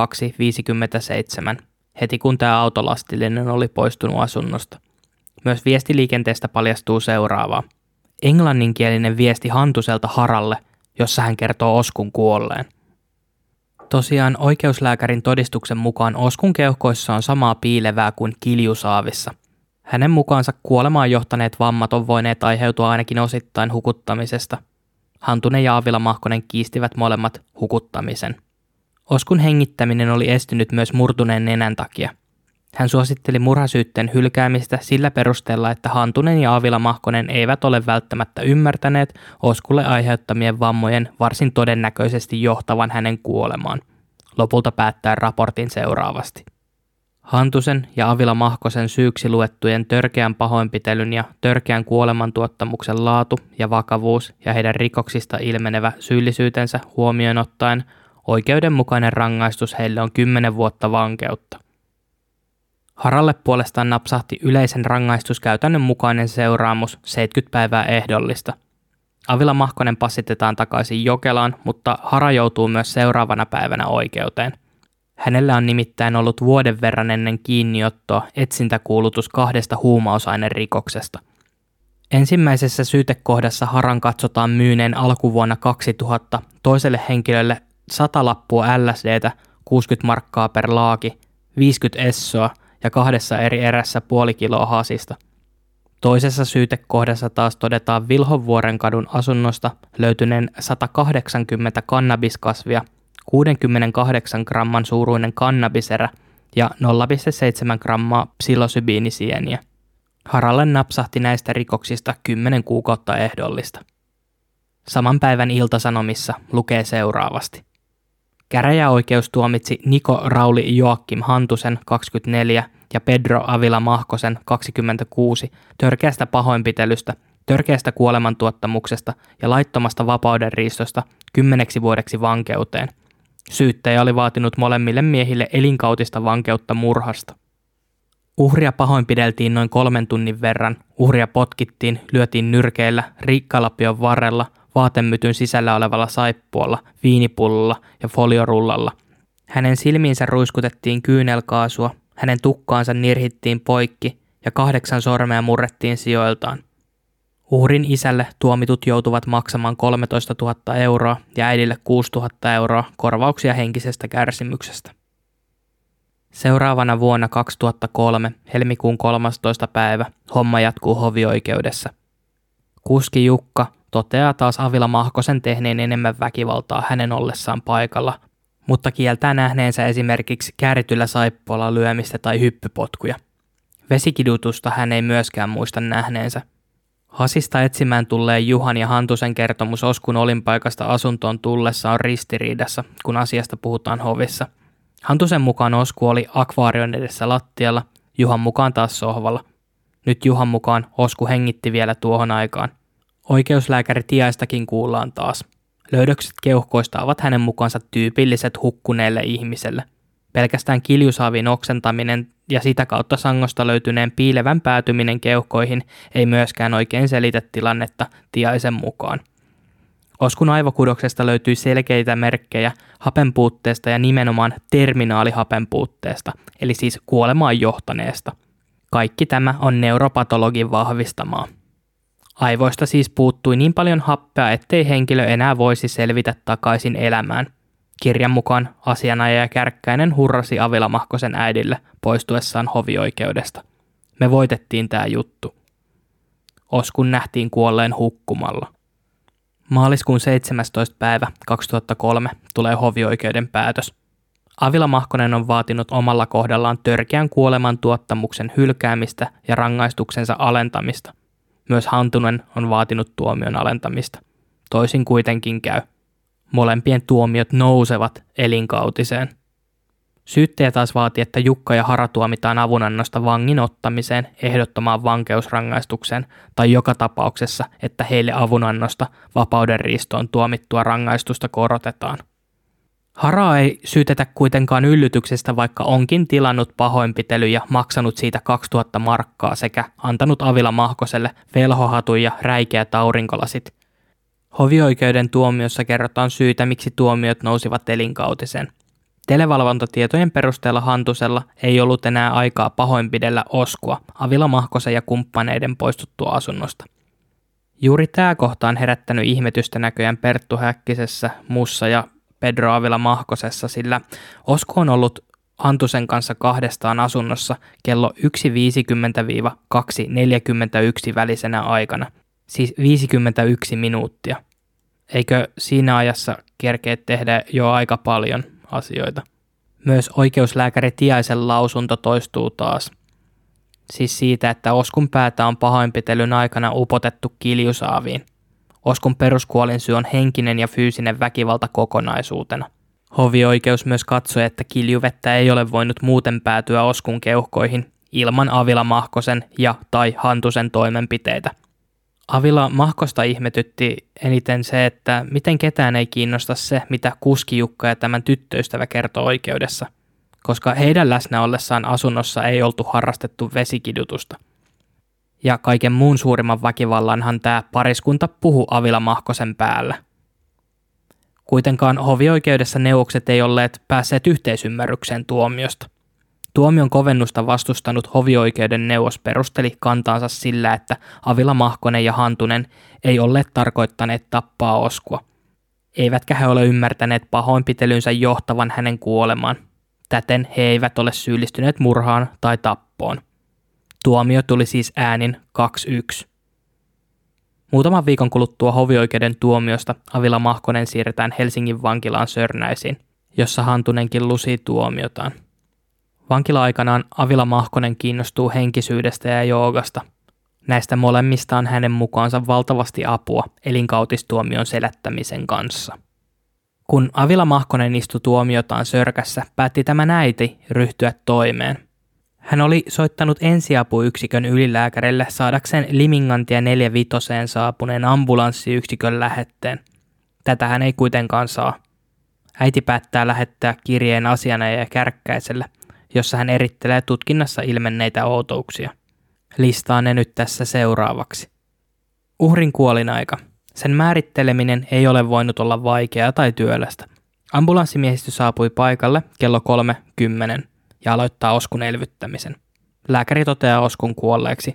02.57, heti kun tämä autolastillinen oli poistunut asunnosta. Myös viestiliikenteestä paljastuu seuraavaa. Englanninkielinen viesti Hantuselta Haralle, jossa hän kertoo Oskun kuolleen. Tosiaan oikeuslääkärin todistuksen mukaan Oskun keuhkoissa on samaa piilevää kuin kiljusaavissa. Hänen mukaansa kuolemaan johtaneet vammat on voineet aiheutua ainakin osittain hukuttamisesta. Hantunen ja Avila-Mahkonen kiistivät molemmat hukuttamisen. Oskun hengittäminen oli estynyt myös murtuneen nenän takia. Hän suositteli murhasyytteen hylkäämistä sillä perusteella, että Hantunen ja Avila-Mahkonen eivät ole välttämättä ymmärtäneet Oskulle aiheuttamien vammojen varsin todennäköisesti johtavan hänen kuolemaan. Lopulta päättää raportin seuraavasti. Hantusen ja Avila-Mahkosen syyksi luettujen törkeän pahoinpitelyn ja törkeän kuolemantuottamuksen laatu ja vakavuus ja heidän rikoksista ilmenevä syyllisyytensä huomioon ottaen oikeudenmukainen rangaistus heille on 10 vuotta vankeutta. Haralle puolestaan napsahti yleisen rangaistuskäytännön mukainen seuraamus 70 päivää ehdollista. Avila-Mahkonen passitetaan takaisin Jokelaan, mutta Hara joutuu myös seuraavana päivänä oikeuteen. Hänellä on nimittäin ollut vuoden verran ennen kiinniottoa etsintäkuulutus 2 huumausainerikoksesta. Ensimmäisessä syytekohdassa Haran katsotaan myyneen alkuvuonna 2000 toiselle henkilölle 100 lappua LSDtä, 60 markkaa per laaki, 50 essoa ja 2 eri erässä puoli kiloa hasista. Toisessa syytekohdassa taas todetaan Vilhonvuoren kadun asunnosta löytyneen 180 kannabiskasvia, 68 gramman suuruinen kannabiserä ja 0,7 grammaa psilosybiinisieniä. Haralle napsahti näistä rikoksista 10 kuukautta ehdollista. Saman päivän Ilta-Sanomissa lukee seuraavasti. Käräjäoikeus tuomitsi Niko Rauli Joakim Hantusen 24 ja Pedro Avila-Mahkosen 26 törkeästä pahoinpitelystä, törkeästä kuolemantuottamuksesta ja laittomasta vapaudenriistosta 10 vuodeksi vankeuteen. Syyttäjä oli vaatinut molemmille miehille elinkautista vankeutta murhasta. Uhria pahoinpideltiin noin 3 tunnin verran. Uhria potkittiin, lyötiin nyrkeillä, riikkalapion varrella, vaatemytyn sisällä olevalla saippualla, viinipullolla ja foliorullalla. Hänen silmiinsä ruiskutettiin kyynelkaasua, hänen tukkaansa nirhittiin poikki ja 8 sormea murrettiin sijoiltaan. Uhrin isälle tuomitut joutuvat maksamaan 13 000 euroa ja äidille 6 000 euroa korvauksia henkisestä kärsimyksestä. Seuraavana vuonna 2003, helmikuun 13. päivä, homma jatkuu hovioikeudessa. Kuski Jukka toteaa taas Avila-Mahkosen tehneen enemmän väkivaltaa hänen ollessaan paikalla, mutta kieltää nähneensä esimerkiksi käärityllä saippualla lyömistä tai hyppypotkuja. Vesikidutusta hän ei myöskään muista nähneensä. Hasista etsimään tulleen Juhan ja Hantusen kertomus Oskun olinpaikasta asuntoon tullessa on ristiriidassa, kun asiasta puhutaan hovissa. Hantusen mukaan Osku oli akvaarion edessä lattialla, Juhan mukaan taas sohvalla. Nyt Juhan mukaan Osku hengitti vielä tuohon aikaan. Oikeuslääkäri Tiaistakin kuullaan taas. Löydökset keuhkoista ovat hänen mukaansa tyypilliset hukkuneelle ihmiselle. Pelkästään kiljusaavin oksentaminen ja sitä kautta sangosta löytyneen piilevän päätyminen keuhkoihin ei myöskään oikein selitä tilannetta Tiaisen mukaan. Oskun aivokudoksesta löytyi selkeitä merkkejä hapenpuutteesta ja nimenomaan terminaalihapenpuutteesta, eli siis kuolemaan johtaneesta. Kaikki tämä on neuropatologin vahvistamaa. Aivoista siis puuttui niin paljon happea, ettei henkilö enää voisi selvitä takaisin elämään. Kirjan mukaan asianajaja Kärkkäinen hurrasi Avila-Mahkosen äidille poistuessaan hovioikeudesta. Me voitettiin tää juttu. Oskun nähtiin kuolleen hukkumalla. Maaliskuun 17. päivä 2003 tulee hovioikeuden päätös. Avila-Mahkonen on vaatinut omalla kohdallaan törkeän kuolemantuottamuksen hylkäämistä ja rangaistuksensa alentamista. Myös Hantunen on vaatinut tuomion alentamista. Toisin kuitenkin käy. Molempien tuomiot nousevat elinkautiseen. Syyttäjä taas vaati, että Jukka ja Hara tuomitaan avunannosta vangin ottamiseen, ehdottomaan vankeusrangaistukseen tai joka tapauksessa, että heille avunannosta vapaudenriistoon tuomittua rangaistusta korotetaan. Haraa ei syytetä kuitenkaan yllytyksestä, vaikka onkin tilannut pahoinpitely ja maksanut siitä 2000 markkaa sekä antanut Avila Mahkoselle velhohatun ja räikeät aurinkolasit. Hovioikeuden tuomiossa kerrotaan syytä, miksi tuomiot nousivat elinkautiseen. Televalvontatietojen perusteella Hantusella ei ollut enää aikaa pahoinpidellä Oskua Avila Mahkosen ja kumppaneiden poistuttua asunnosta. Juuri tämä kohta on herättänyt ihmetystä näköjään Perttu Häkkisessä, Mussa ja Pedro Avila Mahkosessa, sillä Osku on ollut Hantusen kanssa kahdestaan asunnossa kello 1.50–2.41 välisenä aikana, siis 51 minuuttia. Eikö siinä ajassa kerkeä tehdä jo aika paljon asioita? Myös oikeuslääkäri Tiaisen lausunto toistuu taas. Siis siitä, että Oskun päätä on pahoinpitelyn aikana upotettu kiljusaaviin. Oskun peruskuolinsyy on henkinen ja fyysinen väkivalta kokonaisuutena. Hovioikeus myös katsoi, että kiljuvettä ei ole voinut muuten päätyä Oskun keuhkoihin ilman Avila Mahkosen ja tai Hantusen toimenpiteitä. Avila Mahkosta ihmetytti eniten se, että miten ketään ei kiinnosta se, mitä kuski Jukka ja tämän tyttöystävä kertoo oikeudessa, koska heidän läsnä ollessaan asunnossa ei oltu harrastettu vesikidutusta. Ja kaiken muun suurimman väkivallanhan tämä pariskunta puhui Avila Mahkosen päällä. Kuitenkaan hovioikeudessa neuvokset ei olleet päässeet yhteisymmärrykseen tuomiosta. Tuomion kovennusta vastustanut hovioikeuden neuvos perusteli kantaansa sillä, että Avila Mahkonen ja Hantunen ei olleet tarkoittaneet tappaa Oskua. Eivätkä he ole ymmärtäneet pahoinpitelynsä johtavan hänen kuolemaan. Täten he eivät ole syyllistyneet murhaan tai tappoon. Tuomio tuli siis äänin 2-1. Muutaman viikon kuluttua hovioikeuden tuomiosta Avila Mahkonen siirretään Helsingin vankilaan Sörnäisiin, jossa Hantunenkin lusii tuomiotaan. Vankila-aikanaan Avila Mahkonen kiinnostuu henkisyydestä ja joogasta. Näistä molemmista on hänen mukaansa valtavasti apua elinkautistuomion selättämisen kanssa. Kun Avila Mahkonen istui tuomiotaan Sörkässä, päätti tämän äiti ryhtyä toimeen. Hän oli soittanut ensiapuyksikön ylilääkärille saadakseen Limingantia 45 saapuneen ambulanssiyksikön lähetteen. Tätä hän ei kuitenkaan saa. Äiti päättää lähettää kirjeen asianajaja Kärkkäiselle, jossa hän erittelee tutkinnassa ilmenneitä outouksia. Listaan ne nyt tässä seuraavaksi. Uhrin kuolinaika. Sen määritteleminen ei ole voinut olla vaikeaa tai työlästä. Ambulanssimiehistö saapui paikalle kello 3:10 ja aloittaa Oskun elvyttämisen. Lääkäri toteaa Oskun kuolleeksi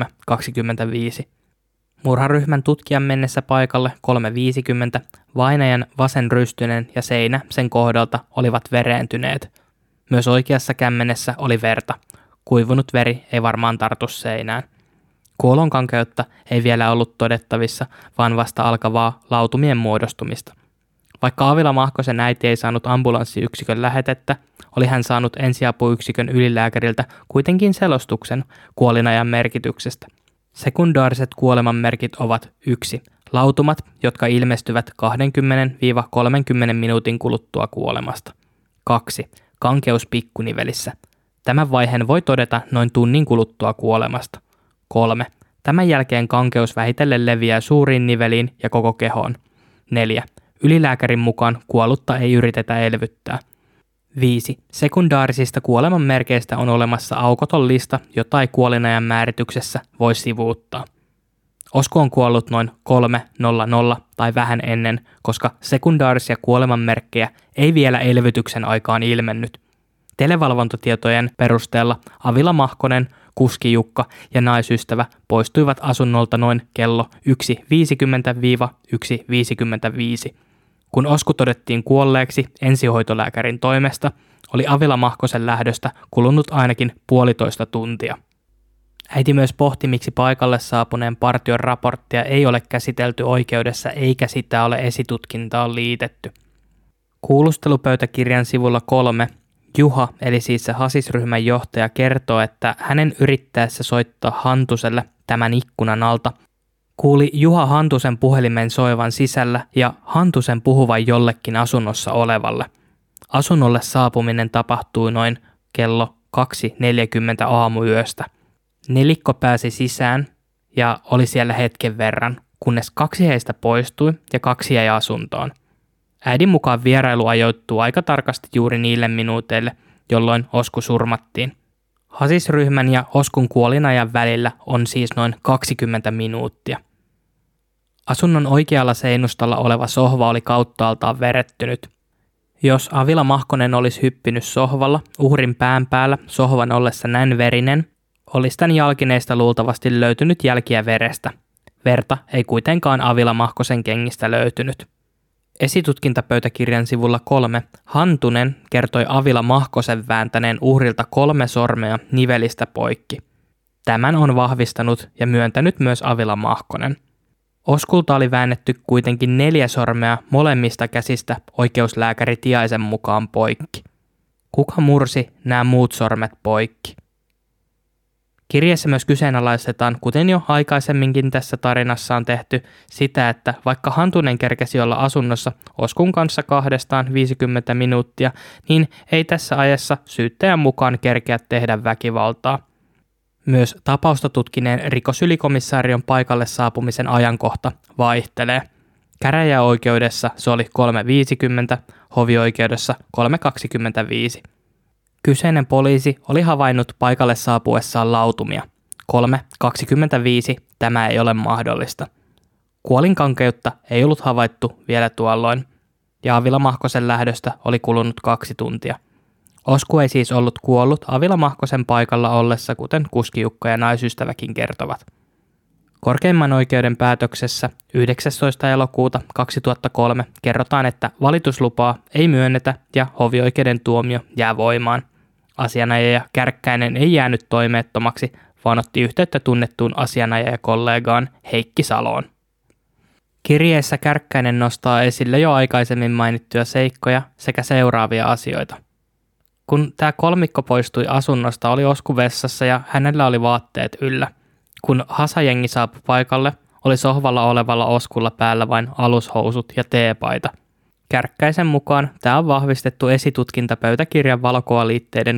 3:25. Murharyhmän tutkijan mennessä paikalle 3:50 vainajan vasen rystynen ja seinä sen kohdalta olivat vereentyneet. Myös oikeassa kämmenessä oli verta. Kuivunut veri ei varmaan tartu seinään. Kuolonkankeutta ei vielä ollut todettavissa, vaan vasta alkavaa lautumien muodostumista. Vaikka Avila Mahkosen äiti ei saanut ambulanssiyksikön lähetettä, oli hän saanut ensiapuyksikön ylilääkäriltä kuitenkin selostuksen kuolinajan merkityksestä. Sekundaariset kuolemanmerkit ovat 1. Lautumat, jotka ilmestyvät 20–30 minuutin kuluttua kuolemasta. 2. Kankeus pikkunivelissä. Tämän vaiheen voi todeta noin tunnin kuluttua kuolemasta. 3. Tämän jälkeen kankeus vähitellen leviää suuriin niveliin ja koko kehoon. 4. Ylilääkärin mukaan kuollutta ei yritetä elvyttää. 5. Sekundaarisista kuolemanmerkeistä on olemassa aukoton lista, jota ei kuolinajan määrityksessä voi sivuuttaa. Osku on kuollut noin 3:00 tai vähän ennen, koska sekundaarisia kuolemanmerkkejä ei vielä elvytyksen aikaan ilmennyt. Televalvontatietojen perusteella Avila Mahkonen, kuski Jukka ja naisystävä poistuivat asunnolta noin kello 1:50–1:55. Kun Osku todettiin kuolleeksi ensihoitolääkärin toimesta, oli Avila Mahkosen lähdöstä kulunut ainakin 1,5 tuntia. Äiti myös pohti, miksi paikalle saapuneen partion raporttia ei ole käsitelty oikeudessa eikä sitä ole esitutkintaan liitetty. Kuulustelupöytäkirjan sivulla 3 Juha, eli siis se Hasis-ryhmän johtaja, kertoo, että hänen yrittäessä soittaa Hantuselle tämän ikkunan alta kuuli Juha Hantusen puhelimen soivan sisällä ja Hantusen puhuvan jollekin asunnossa olevalle. Asunnolle saapuminen tapahtui noin kello 2.40 aamuyöstä. Nelikko pääsi sisään ja oli siellä hetken verran, kunnes 2 heistä poistui ja 2 jäi asuntoon. Äidin mukaan vierailu ajoittuu aika tarkasti juuri niille minuuteille, jolloin Osku surmattiin. Hasis-ryhmän ja Oskun kuolinajan välillä on siis noin 20 minuuttia. Asunnon oikealla seinustalla oleva sohva oli kauttaaltaan verettynyt. Jos Avila Mahkonen olisi hyppinyt sohvalla uhrin pään päällä sohvan ollessa näin verinen, olisi tämän jalkineista luultavasti löytynyt jälkiä verestä. Verta ei kuitenkaan Avila Mahkosen kengistä löytynyt. Esitutkintapöytäkirjan sivulla 3 Hantunen kertoi Avila Mahkosen vääntäneen uhrilta 3 sormea nivelistä poikki. Tämän on vahvistanut ja myöntänyt myös Avila Mahkonen. Oskulta oli väännetty kuitenkin 4 sormea molemmista käsistä oikeuslääkäri Tiaisen mukaan poikki. Kuka mursi nämä muut sormet poikki? Kirjeessä myös kyseenalaistetaan, kuten jo aikaisemminkin tässä tarinassa on tehty, sitä, että vaikka Hantunen kerkesi olla asunnossa Oskun kanssa 250 minuuttia, niin ei tässä ajassa syyttäjän mukaan kerkeä tehdä väkivaltaa. Myös tapausta tutkineen rikosylikomissaarion paikalle saapumisen ajankohta vaihtelee. Käräjäoikeudessa se oli 3.50, hovioikeudessa 3.25. Kyseinen poliisi oli havainnut paikalle saapuessaan lautumia. 3.25 tämä ei ole mahdollista. Kuolinkankeutta ei ollut havaittu vielä tuolloin, ja Avila Mahkosen lähdöstä oli kulunut 2 tuntia. Osku ei siis ollut kuollut Avila Mahkosen paikalla ollessa, kuten kuski Jukka ja naisystäväkin kertovat. Korkeimman oikeuden päätöksessä 19. elokuuta 2003 kerrotaan, että valituslupaa ei myönnetä ja hovioikeuden tuomio jää voimaan. Asianajaja Kärkkäinen ei jäänyt toimeettomaksi, vaan otti yhteyttä tunnettuun asianajajakollegaan Heikki Saloon. Kirjeessä Kärkkäinen nostaa esille jo aikaisemmin mainittuja seikkoja sekä seuraavia asioita. Kun tämä kolmikko poistui asunnosta, oli Osku vessassa ja hänellä oli vaatteet yllä. Kun hasajengi saapui paikalle, oli sohvalla olevalla Oskulla päällä vain alushousut ja teepaita. Kärkkäisen mukaan tämä on vahvistettu esitutkintapöytäkirjan valokuvaliitteiden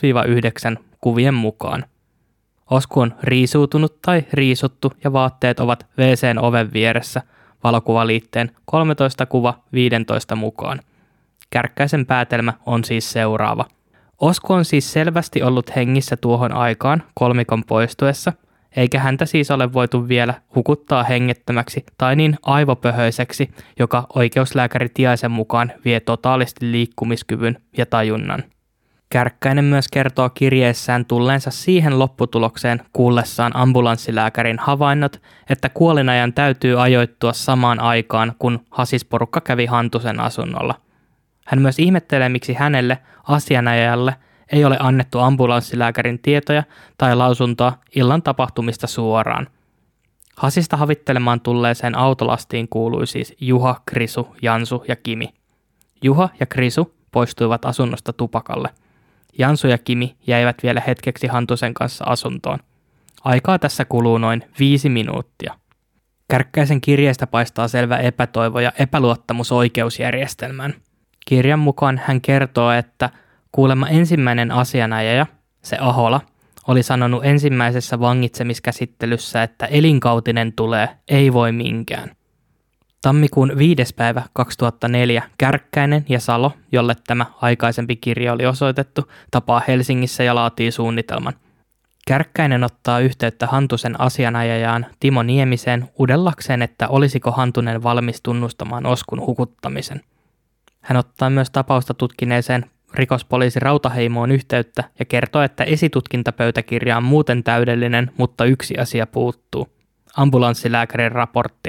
6-9 kuvien mukaan. Osku on riisuutunut tai riisuttu ja vaatteet ovat WC:n oven vieressä valokuvaliitteen 13 kuva 15 mukaan. Kärkkäisen päätelmä on siis seuraava. Osku on siis selvästi ollut hengissä tuohon aikaan kolmikon poistuessa, eikä häntä siis ole voitu vielä hukuttaa hengettömäksi tai niin aivopöhöiseksi, joka oikeuslääkäri Tiaisen mukaan vie totaalisti liikkumiskyvyn ja tajunnan. Kärkkäinen myös kertoo kirjeessään tulleensa siihen lopputulokseen kuullessaan ambulanssilääkärin havainnot, että kuolinajan täytyy ajoittua samaan aikaan, kun hasisporukka kävi Hantusen asunnolla. Hän myös ihmettelee, miksi hänelle, asianajajalle, ei ole annettu ambulanssilääkärin tietoja tai lausuntoa illan tapahtumista suoraan. Hasista havittelemaan tulleeseen autolastiin kuului siis Juha, Krisu, Jansu ja Kimi. Juha ja Krisu poistuivat asunnosta tupakalle. Jansu ja Kimi jäivät vielä hetkeksi Hantusen kanssa asuntoon. Aikaa tässä kuluu noin 5 minuuttia. Kärkkäisen kirjeestä paistaa selvä epätoivo ja epäluottamus oikeusjärjestelmään. Kirjan mukaan hän kertoo, että kuulemma ensimmäinen asianajaja, se Ahola, oli sanonut ensimmäisessä vangitsemiskäsittelyssä, että elinkautinen tulee, ei voi minkään. Tammikuun 5. päivä 2004 Kärkkäinen ja Salo, jolle tämä aikaisempi kirja oli osoitettu, tapaa Helsingissä ja laatii suunnitelman. Kärkkäinen ottaa yhteyttä Hantusen asianajajaan Timo Niemiseen udellakseen, että olisiko Hantunen valmis tunnustamaan Oskun hukuttamisen. Hän ottaa myös tapausta tutkineeseen rikospoliisi Rautaheimoon yhteyttä ja kertoo, että esitutkintapöytäkirja on muuten täydellinen, mutta yksi asia puuttuu. Ambulanssilääkärin raportti.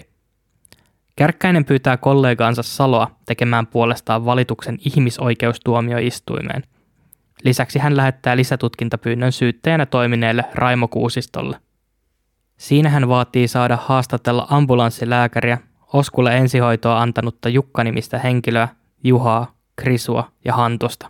Kärkkäinen pyytää kollegaansa Saloa tekemään puolestaan valituksen ihmisoikeustuomioistuimeen. Lisäksi hän lähettää lisätutkintapyynnön syyttäjänä toimineelle Raimo Kuusistolle. Siinä hän vaatii saada haastatella ambulanssilääkäriä, Oskulle ensihoitoa antanutta Jukka-nimistä henkilöä, Juhaa, Krisua ja Hantusta.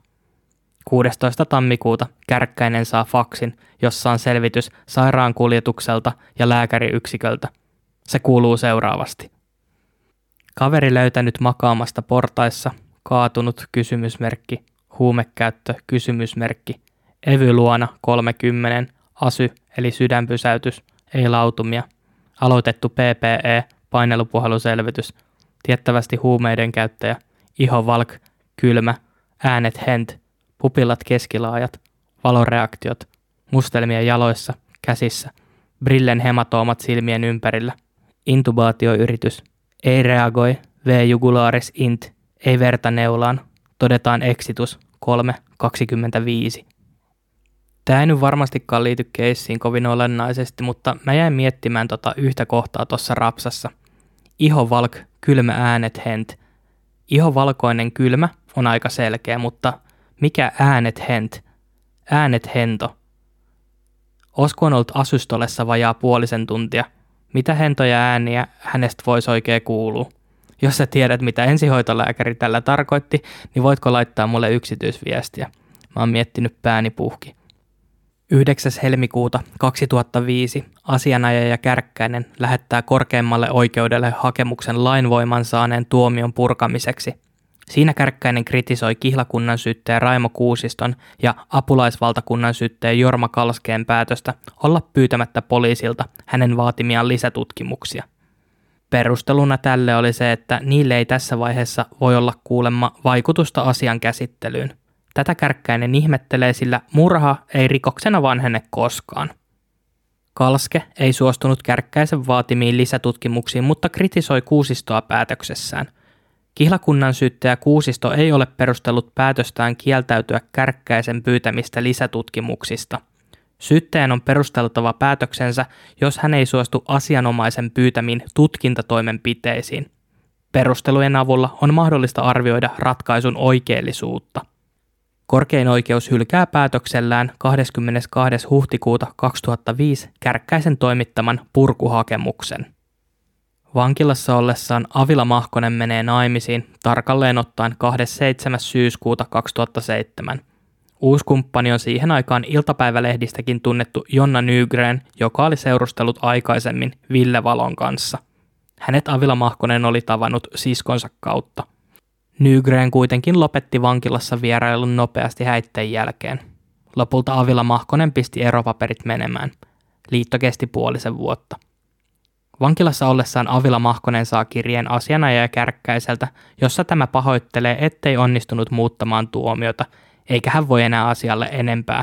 16. tammikuuta Kärkkäinen saa faksin, jossa on selvitys sairaankuljetukselta ja lääkäriyksiköltä. Se kuuluu seuraavasti. Kaveri löytänyt makaamasta portaissa kaatunut, kysymysmerkki, huumekäyttö, kysymysmerkki, evyluona 30, asy eli sydänpysäytys, ei lautumia, aloitettu PPE, painelupuheluselvitys, tiettävästi huumeiden käyttäjä, iho valk, kylmä, äänet hent, pupillat keskilaajat, valoreaktiot, mustelmia jaloissa, käsissä, brillen hematoomat silmien ympärillä, intubaatioyritys, ei reagoi, V-jugularis int, ei verta neulaan, todetaan exitus 3.25. Tämä ei nyt varmastikaan liity keissiin kovin olennaisesti, mutta mä jäin miettimään yhtä kohtaa tuossa rapsassa. Iho valk, kylmä äänet hent. Iho valkoinen kylmä on aika selkeä, mutta mikä äänet hent? Äänet hento. Osko on ollut asystolessa vajaa puolisen tuntia? Mitä hentoja ääniä hänestä voisi oikein kuulua? Jos sä tiedät, mitä ensihoitolääkäri tällä tarkoitti, niin voitko laittaa mulle yksityisviestiä? Mä oon miettinyt pääni puhki. 9. helmikuuta 2005 asianajaja Kärkkäinen lähettää korkeimmalle oikeudelle hakemuksen lainvoiman saaneen tuomion purkamiseksi. Siinä Kärkkäinen kritisoi kihlakunnansyyttäjä Raimo Kuusiston ja apulaisvaltakunnansyyttäjä Jorma Kalskeen päätöstä olla pyytämättä poliisilta hänen vaatimiaan lisätutkimuksia. Perusteluna tälle oli se, että niille ei tässä vaiheessa voi olla kuulemma vaikutusta asian käsittelyyn. Tätä Kärkkäinen ihmettelee, sillä murha ei rikoksena vanhene koskaan. Kalske ei suostunut Kärkkäisen vaatimiin lisätutkimuksiin, mutta kritisoi Kuusistoa päätöksessään. Kihlakunnansyyttäjä Kuusisto ei ole perustellut päätöstään kieltäytyä Kärkkäisen pyytämistä lisätutkimuksista. Syyttäjän on perusteltava päätöksensä, jos hän ei suostu asianomaisen pyytämiin tutkintatoimenpiteisiin. Perustelujen avulla on mahdollista arvioida ratkaisun oikeellisuutta. Korkein oikeus hylkää päätöksellään 22. huhtikuuta 2005 Kärkkäisen toimittaman purkuhakemuksen. Vankilassa ollessaan Avila Mahkonen menee naimisiin tarkalleen ottaen 27. syyskuuta 2007. Uusi kumppani on siihen aikaan iltapäivälehdistäkin tunnettu Jonna Nygren, joka oli seurustellut aikaisemmin Ville Valon kanssa. Hänet Avila Mahkonen oli tavannut siskonsa kautta. Nygren kuitenkin lopetti vankilassa vierailun nopeasti häitteen jälkeen. Lopulta Avila Mahkonen pisti eropaperit menemään. Liitto kesti puolisen vuotta. Vankilassa ollessaan Avila Mahkonen saa kirjeen asianajaja Kärkkäiseltä, jossa tämä pahoittelee, ettei onnistunut muuttamaan tuomiota, eikä hän voi enää asialle enempää.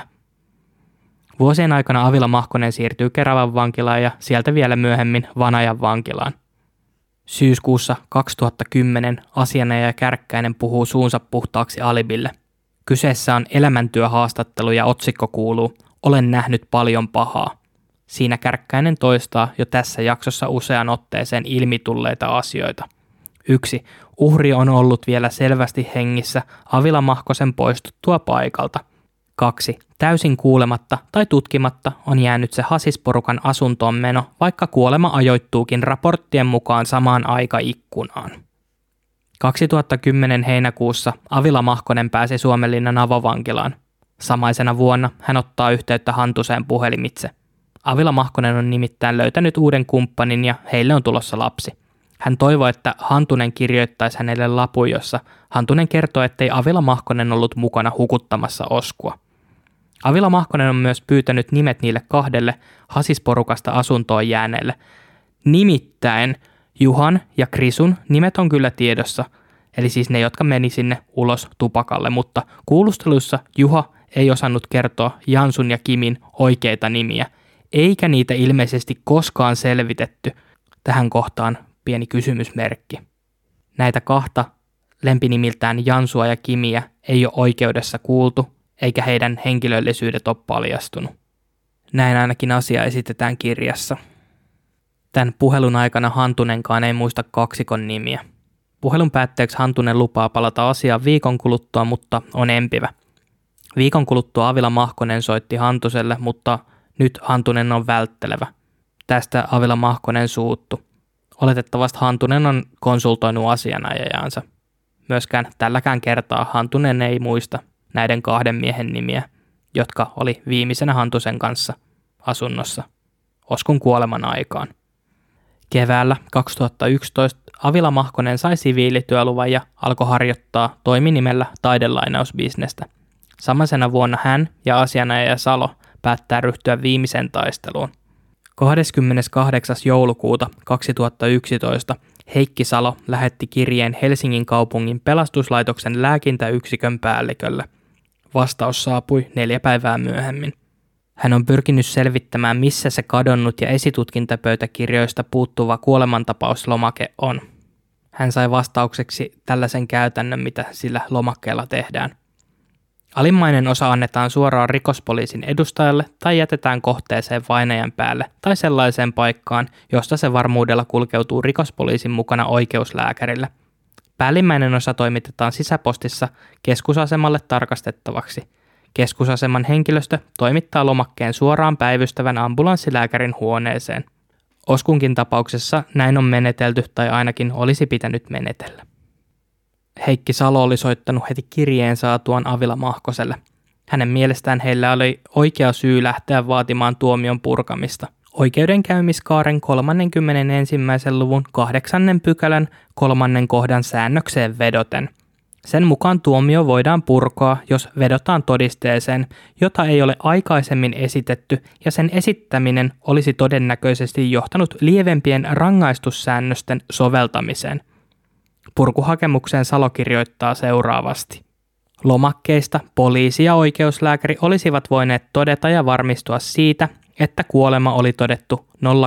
Vuosien aikana Avila Mahkonen siirtyy Keravan vankilaan ja sieltä vielä myöhemmin Vanajan vankilaan. Syyskuussa 2010 asianajaja Kärkkäinen puhuu suunsa puhtaaksi Alibille. Kyseessä on elämäntyöhaastattelu ja otsikko kuuluu "Olen nähnyt paljon pahaa". Siinä Kärkkäinen toistaa jo tässä jaksossa usean otteeseen ilmitulleita asioita. 1. Uhri on ollut vielä selvästi hengissä Avila Mahkosen poistuttua paikalta. 2. Täysin kuulematta tai tutkimatta on jäänyt se hasisporukan asuntoon meno, vaikka kuolema ajoittuukin raporttien mukaan samaan aikaikkunaan. 2010 heinäkuussa Avila Mahkonen pääsi Suomenlinnan avovankilaan. Samaisena vuonna hän ottaa yhteyttä Hantuseen puhelimitse. Avila Mahkonen on nimittäin löytänyt uuden kumppanin ja heille on tulossa lapsi. Hän toivoi, että Hantunen kirjoittaisi hänelle lapun, jossa Hantunen kertoo, ettei Avila Mahkonen ollut mukana hukuttamassa Oskua. Avila Mahkonen on myös pyytänyt nimet niille 2 hasisporukasta asuntoon jääneille. Nimittäin Juhan ja Krisun nimet on kyllä tiedossa, eli siis ne, jotka meni sinne ulos tupakalle, mutta kuulusteluissa Juha ei osannut kertoa Jansun ja Kimin oikeita nimiä, eikä niitä ilmeisesti koskaan selvitetty. Tähän kohtaan pieni kysymysmerkki. Näitä 2 lempinimiltään Jansua ja Kimiä ei ole oikeudessa kuultu, eikä heidän henkilöllisyydet ole paljastunut. Näin ainakin asia esitetään kirjassa. Tämän puhelun aikana Hantunenkaan ei muista kaksikon nimiä. Puhelun päätteeksi Hantunen lupaa palata asiaan viikon kuluttua, mutta on empivä. Viikon kuluttua Avila Mahkonen soitti Hantuselle, mutta nyt Hantunen on välttelevä. Tästä Avila Mahkonen suuttu. Oletettavasti Hantunen on konsultoinut asianajajansa. Myöskään tälläkään kertaa Hantunen ei muista näiden 2 miehen nimiä, jotka oli viimeisenä Hantusen kanssa asunnossa Oskun kuoleman aikaan. Keväällä 2011 Avila Mahkonen sai siviilityöluvan ja alkoi harjoittaa toiminimellä taidelainausbisnestä. Samaisena vuonna hän ja asianajaja Salo päättää ryhtyä viimeiseen taisteluun. 28. joulukuuta 2011 Heikki Salo lähetti kirjeen Helsingin kaupungin pelastuslaitoksen lääkintäyksikön päällikölle. Vastaus saapui 4 päivää myöhemmin. Hän on pyrkinyt selvittämään, missä se kadonnut ja esitutkintapöytäkirjoista puuttuva kuolemantapauslomake on. Hän sai vastaukseksi tällaisen käytännön, mitä sillä lomakkeella tehdään. Alimmainen osa annetaan suoraan rikospoliisin edustajalle tai jätetään kohteeseen vainajan päälle tai sellaiseen paikkaan, josta se varmuudella kulkeutuu rikospoliisin mukana oikeuslääkärille. Päällimmäinen osa toimitetaan sisäpostissa keskusasemalle tarkastettavaksi. Keskusaseman henkilöstö toimittaa lomakkeen suoraan päivystävän ambulanssilääkärin huoneeseen. Oskunkin tapauksessa näin on menetelty tai ainakin olisi pitänyt menetellä. Heikki Salo oli soittanut heti kirjeen saatuaan Avila Mahkoselle. Hänen mielestään heillä oli oikea syy lähteä vaatimaan tuomion purkamista. Oikeudenkäymiskaaren 31. luvun 8. pykälän 3. kohdan säännökseen vedoten. Sen mukaan tuomio voidaan purkaa, jos vedotaan todisteeseen, jota ei ole aikaisemmin esitetty, ja sen esittäminen olisi todennäköisesti johtanut lievempien rangaistussäännösten soveltamiseen. Purkuhakemukseen Salo kirjoittaa seuraavasti. Lomakkeista poliisi ja oikeuslääkäri olisivat voineet todeta ja varmistua siitä, että kuolema oli todettu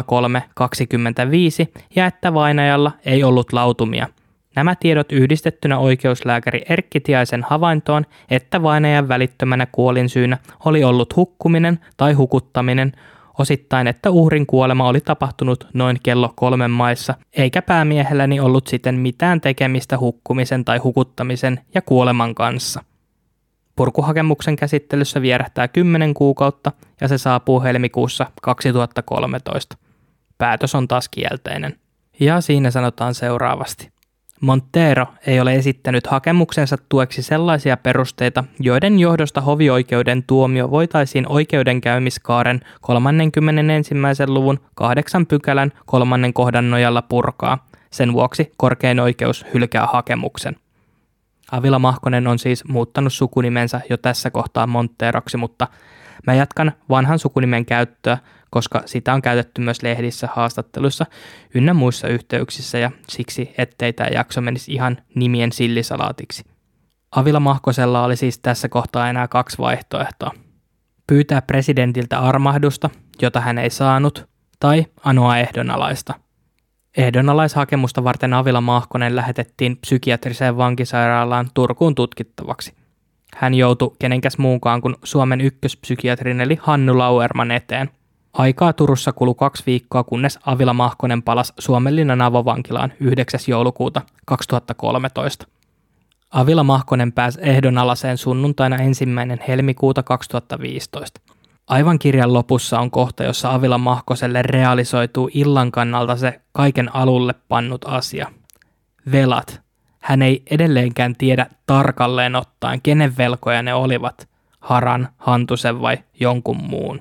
03.25 ja että vainajalla ei ollut lautumia. Nämä tiedot yhdistettynä oikeuslääkäri Erkki Tiaisen havaintoon, että vainajan välittömänä kuolinsyynä oli ollut hukkuminen tai hukuttaminen, osittain, että uhrin kuolema oli tapahtunut noin kello 3 maissa, eikä päämiehelläni ollut siten mitään tekemistä hukkumisen tai hukuttamisen ja kuoleman kanssa. Purkuhakemuksen käsittelyssä vierähtää 10 kuukautta ja se saapuu helmikuussa 2013. Päätös on taas kielteinen. Ja siinä sanotaan seuraavasti. Montero ei ole esittänyt hakemuksensa tueksi sellaisia perusteita, joiden johdosta hovioikeuden tuomio voitaisiin oikeudenkäymiskaaren 31. luvun 8. pykälän 3. kohdan nojalla purkaa. Sen vuoksi korkein oikeus hylkää hakemuksen. Avila Mahkonen on siis muuttanut sukunimensä jo tässä kohtaa Monteroksi, mutta mä jatkan vanhan sukunimen käyttöä, koska sitä on käytetty myös lehdissä, haastatteluissa ynnä muissa yhteyksissä ja siksi ettei tämä jakso menisi ihan nimien sillisalaatiksi. Avila Mahkosella oli siis tässä kohtaa enää 2 vaihtoehtoa. Pyytää presidentiltä armahdusta, jota hän ei saanut, tai anoa ehdonalaista. Ehdonalaishakemusta varten Avila Mahkonen lähetettiin psykiatriseen vankisairaalaan Turkuun tutkittavaksi. Hän joutui kenenkäs muunkaan kuin Suomen ykköspsykiatrin eli Hannu Lauerman eteen. Aikaa Turussa kului 2 viikkoa, kunnes Avila Mahkonen palasi Suomenlinnan avovankilaan 9. joulukuuta 2013. Avila Mahkonen pääsi ehdonalaiseen sunnuntaina 1. helmikuuta 2015. Aivan kirjan lopussa on kohta, jossa Avila Mahkoselle realisoituu illan kannalta se kaiken alulle pannut asia. Velat. Hän ei edelleenkään tiedä tarkalleen ottaen, kenen velkoja ne olivat, Haran, Hantusen vai jonkun muun.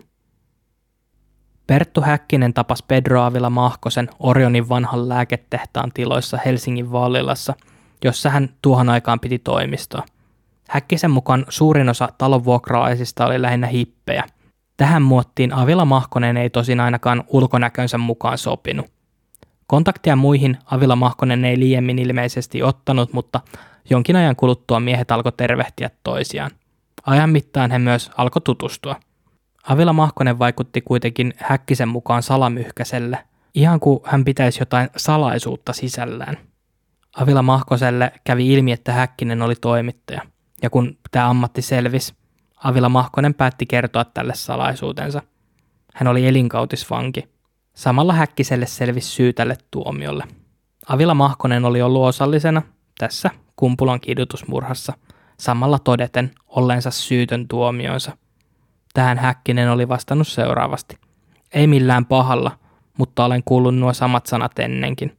Perttu Häkkinen tapasi Pedro Avila Mahkosen Orionin vanhan lääketehtaan tiloissa Helsingin Vallilassa, jossa hän tuohon aikaan piti toimistoa. Häkkisen mukaan suurin osa talon vuokralaisista oli lähinnä hippejä. Tähän muottiin Avila Mahkonen ei tosin ainakaan ulkonäkönsä mukaan sopinut. Kontaktia muihin Avila Mahkonen ei liiemmin ilmeisesti ottanut, mutta jonkin ajan kuluttua miehet alkoi tervehtiä toisiaan. Ajan mittaan he myös alkoi tutustua. Avila Mahkonen vaikutti kuitenkin Häkkisen mukaan salamyhkäiselle, ihan kuin hän pitäisi jotain salaisuutta sisällään. Avila Mahkoselle kävi ilmi, että Häkkinen oli toimittaja, ja kun tämä ammatti selvisi, Avila Mahkonen päätti kertoa tälle salaisuutensa. Hän oli elinkautisvanki. Samalla Häkkiselle selvisi syy tälle tuomiolle. Avila Mahkonen oli ollut osallisena tässä Kumpulan kidutusmurhassa, samalla todeten olleensa syytön tuomionsa. Tähän Häkkinen oli vastannut seuraavasti. Ei millään pahalla, mutta olen kuullut nuo samat sanat ennenkin.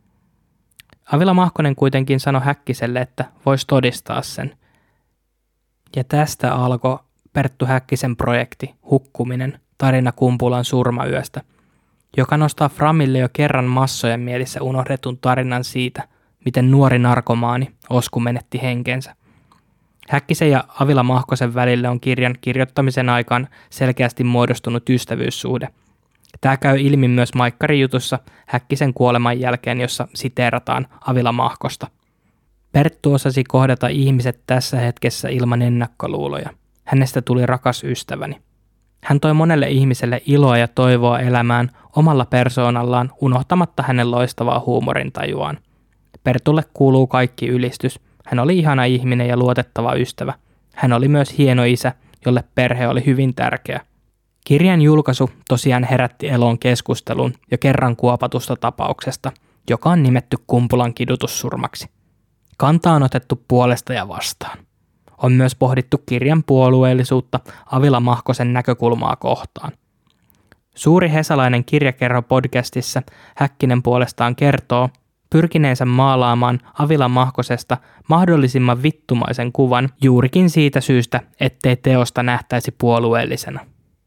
Avila Mahkonen kuitenkin sanoi Häkkiselle, että voisi todistaa sen. Ja tästä alkoi Perttu Häkkisen projekti Hukkuminen, tarina Kumpulan surmayöstä, joka nostaa framille jo kerran massojen mielissä unohdetun tarinan siitä, miten nuori narkomaani Osku menetti henkensä. Häkkisen ja Avila Mahkosen välille on kirjan kirjoittamisen aikaan selkeästi muodostunut ystävyyssuhde. Tämä käy ilmi myös Maikkarin jutussa Häkkisen kuoleman jälkeen, jossa siteerataan Avila Mahkosta. Perttu osasi kohdata ihmiset tässä hetkessä ilman ennakkoluuloja. Hänestä tuli rakas ystäväni. Hän toi monelle ihmiselle iloa ja toivoa elämään omalla persoonallaan unohtamatta hänen loistavaa huumorintajuaan. Pertulle kuuluu kaikki ylistys. Hän oli ihana ihminen ja luotettava ystävä. Hän oli myös hieno isä, jolle perhe oli hyvin tärkeä. Kirjan julkaisu tosiaan herätti eloon keskustelun jo kerran kuopatusta tapauksesta, joka on nimetty Kumpulan kidutussurmaksi. Kantaa on otettu puolesta ja vastaan. On myös pohdittu kirjan puolueellisuutta Avila Mahkosen näkökulmaa kohtaan. Suuri hesalainen kirjakerho podcastissa Häkkinen puolestaan kertoo pyrkineensä maalaamaan Avila Mahkosesta mahdollisimman vittumaisen kuvan juurikin siitä syystä, ettei teosta nähtäisi puolueellisena.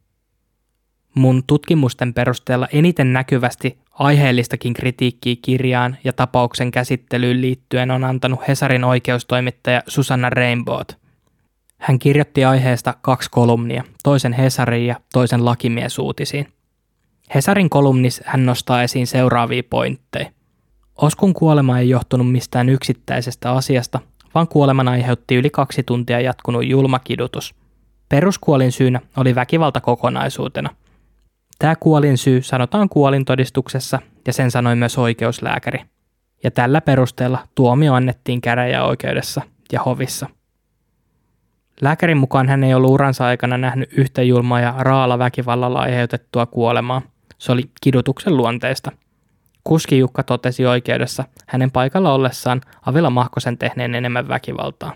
Mun tutkimusten perusteella eniten näkyvästi aiheellistakin kritiikkiä kirjaan ja tapauksen käsittelyyn liittyen on antanut Hesarin oikeustoimittaja Susanna Rainbowt. Hän kirjoitti aiheesta 2 kolumnia, toisen Hesariin ja toisen Lakimiesuutisiin. Hesarin kolumnissa hän nostaa esiin seuraavia pointteja. Oskun kuolema ei johtunut mistään yksittäisestä asiasta, vaan kuoleman aiheutti yli 2 tuntia jatkunut julma kidutus. Peruskuolin syynä oli väkivalta kokonaisuutena. Tämä kuolinsyy sanotaan kuolintodistuksessa ja sen sanoi myös oikeuslääkäri. Ja tällä perusteella tuomio annettiin käräjäoikeudessa ja hovissa. Lääkärin mukaan hän ei ollut uransa aikana nähnyt yhtä julmaa ja raalla väkivallalla aiheutettua kuolemaa. Se oli kidutuksen luonteesta. Kuski Jukka totesi oikeudessa hänen paikalla ollessaan Avila Mahkosen tehneen enemmän väkivaltaa.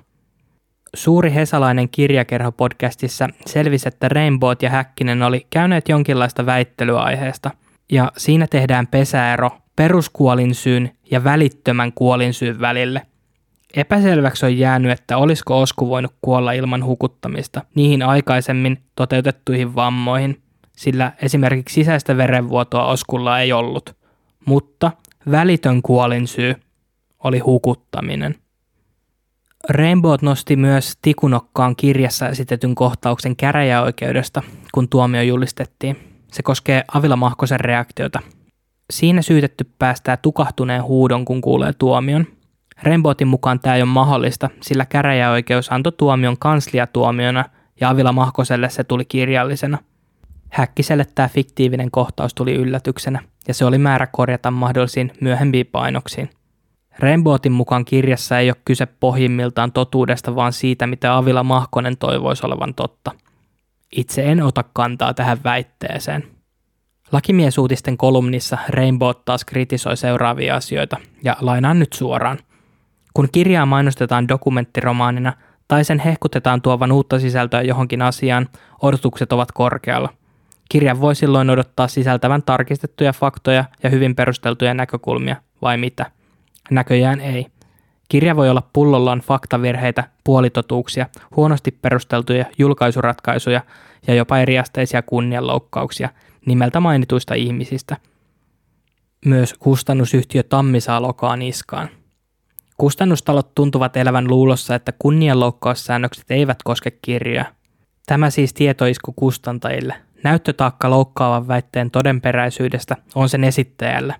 Suuri hesalainen kirjakerho podcastissa selvisi, että Rainbowt ja Häkkinen oli käyneet jonkinlaista väittelyä aiheesta, ja siinä tehdään pesäero peruskuolinsyyn ja välittömän kuolinsyyn välille. Epäselväksi on jäänyt, että olisiko Osku voinut kuolla ilman hukuttamista niihin aikaisemmin toteutettuihin vammoihin, sillä esimerkiksi sisäistä verenvuotoa Oskulla ei ollut, mutta välitön kuolinsyy oli hukuttaminen. Rainbowt nosti myös tikunokkaan kirjassa esitetyn kohtauksen käräjäoikeudesta, kun tuomio julistettiin. Se koskee Avila Mahkosen reaktiota. Siinä syytetty päästää tukahtuneen huudon, kun kuulee tuomion. Rainbowtin mukaan tämä ei ole mahdollista, sillä käräjäoikeus antoi tuomion kansliatuomiona ja Avila Mahkoselle se tuli kirjallisena. Häkkiselle tämä fiktiivinen kohtaus tuli yllätyksenä ja se oli määrä korjata mahdollisiin myöhempiin painoksiin. Rainbowtin mukaan kirjassa ei ole kyse pohjimmiltaan totuudesta, vaan siitä, mitä Avila Mahkonen toivoisi olevan totta. Itse en ota kantaa tähän väitteeseen. Lakimiesuutisten kolumnissa Rainbowt taas kritisoi seuraavia asioita, ja lainaan nyt suoraan. Kun kirjaa mainostetaan dokumenttiromaanina tai sen hehkutetaan tuovan uutta sisältöä johonkin asiaan, odotukset ovat korkealla. Kirjan voi silloin odottaa sisältävän tarkistettuja faktoja ja hyvin perusteltuja näkökulmia, vai mitä? Näköjään ei. Kirja voi olla pullollaan faktavirheitä, puolitotuuksia, huonosti perusteltuja julkaisuratkaisuja ja jopa eriasteisia kunnianloukkauksia nimeltä mainituista ihmisistä. Myös kustannusyhtiö Tammi saa lokaa niskaan. Kustannustalot tuntuvat elävän luulossa, että kunnianloukkaussäännökset eivät koske kirjaa. Tämä siis tietoisku kustantajille. Näyttötaakka loukkaavan väitteen todenperäisyydestä on sen esittäjällä.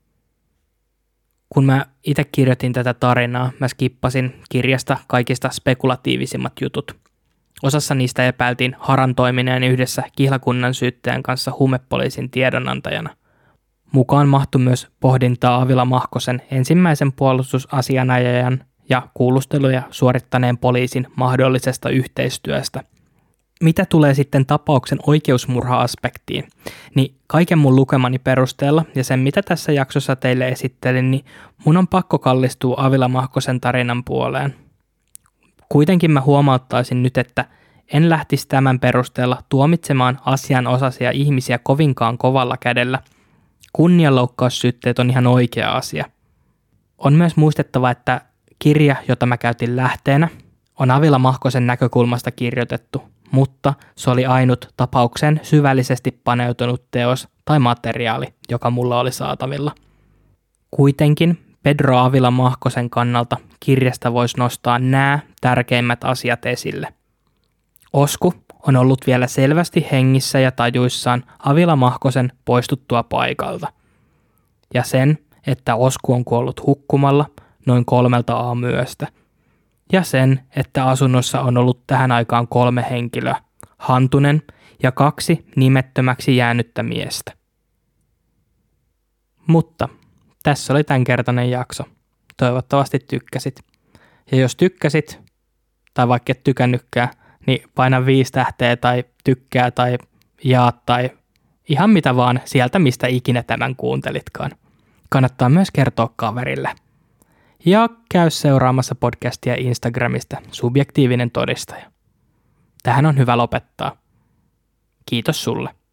Kun mä itse kirjoitin tätä tarinaa, mä skippasin kirjasta kaikista spekulatiivisimmat jutut. Osassa niistä epäiltiin Haran toimineen yhdessä kihlakunnan syyttäjän kanssa huumepoliisin tiedonantajana. Mukaan mahtui myös pohdintaa Avila Mahkosen ensimmäisen puolustusasianajajan ja kuulusteluja suorittaneen poliisin mahdollisesta yhteistyöstä. Mitä tulee sitten tapauksen oikeusmurha-aspektiin, niin kaiken mun lukemani perusteella ja sen mitä tässä jaksossa teille esittelin, niin mun on pakko kallistua Avila Mahkosen tarinan puoleen. Kuitenkin mä huomauttaisin nyt, että en lähtisi tämän perusteella tuomitsemaan asianosaisia ihmisiä kovinkaan kovalla kädellä. Kunnianloukkaussyytteet on ihan oikea asia. On myös muistettava, että kirja, jota mä käytin lähteenä, on Avila Mahkosen näkökulmasta kirjoitettu, mutta se oli ainut tapaukseen syvällisesti paneutunut teos tai materiaali, joka mulla oli saatavilla. Kuitenkin Pedro Avila Mahkosen kannalta kirjasta voisi nostaa nämä tärkeimmät asiat esille. Osku on ollut vielä selvästi hengissä ja tajuissaan Avila Mahkosen poistuttua paikalta. Ja sen, että Osku on kuollut hukkumalla noin 3 aamuyöstä. Ja sen, että asunnossa on ollut tähän aikaan 3 henkilöä, Hantunen ja 2 nimettömäksi jäänyttä miestä. Mutta tässä oli tämänkertainen jakso. Toivottavasti tykkäsit. Ja jos tykkäsit, tai vaikka et tykännytkään, niin paina 5 tähteä tai tykkää tai jaa tai ihan mitä vaan sieltä, mistä ikinä tämän kuuntelitkaan. Kannattaa myös kertoa kaverille. Ja käy seuraamassa podcastia Instagramista Subjektiivinen todistaja. Tähän on hyvä lopettaa. Kiitos sulle.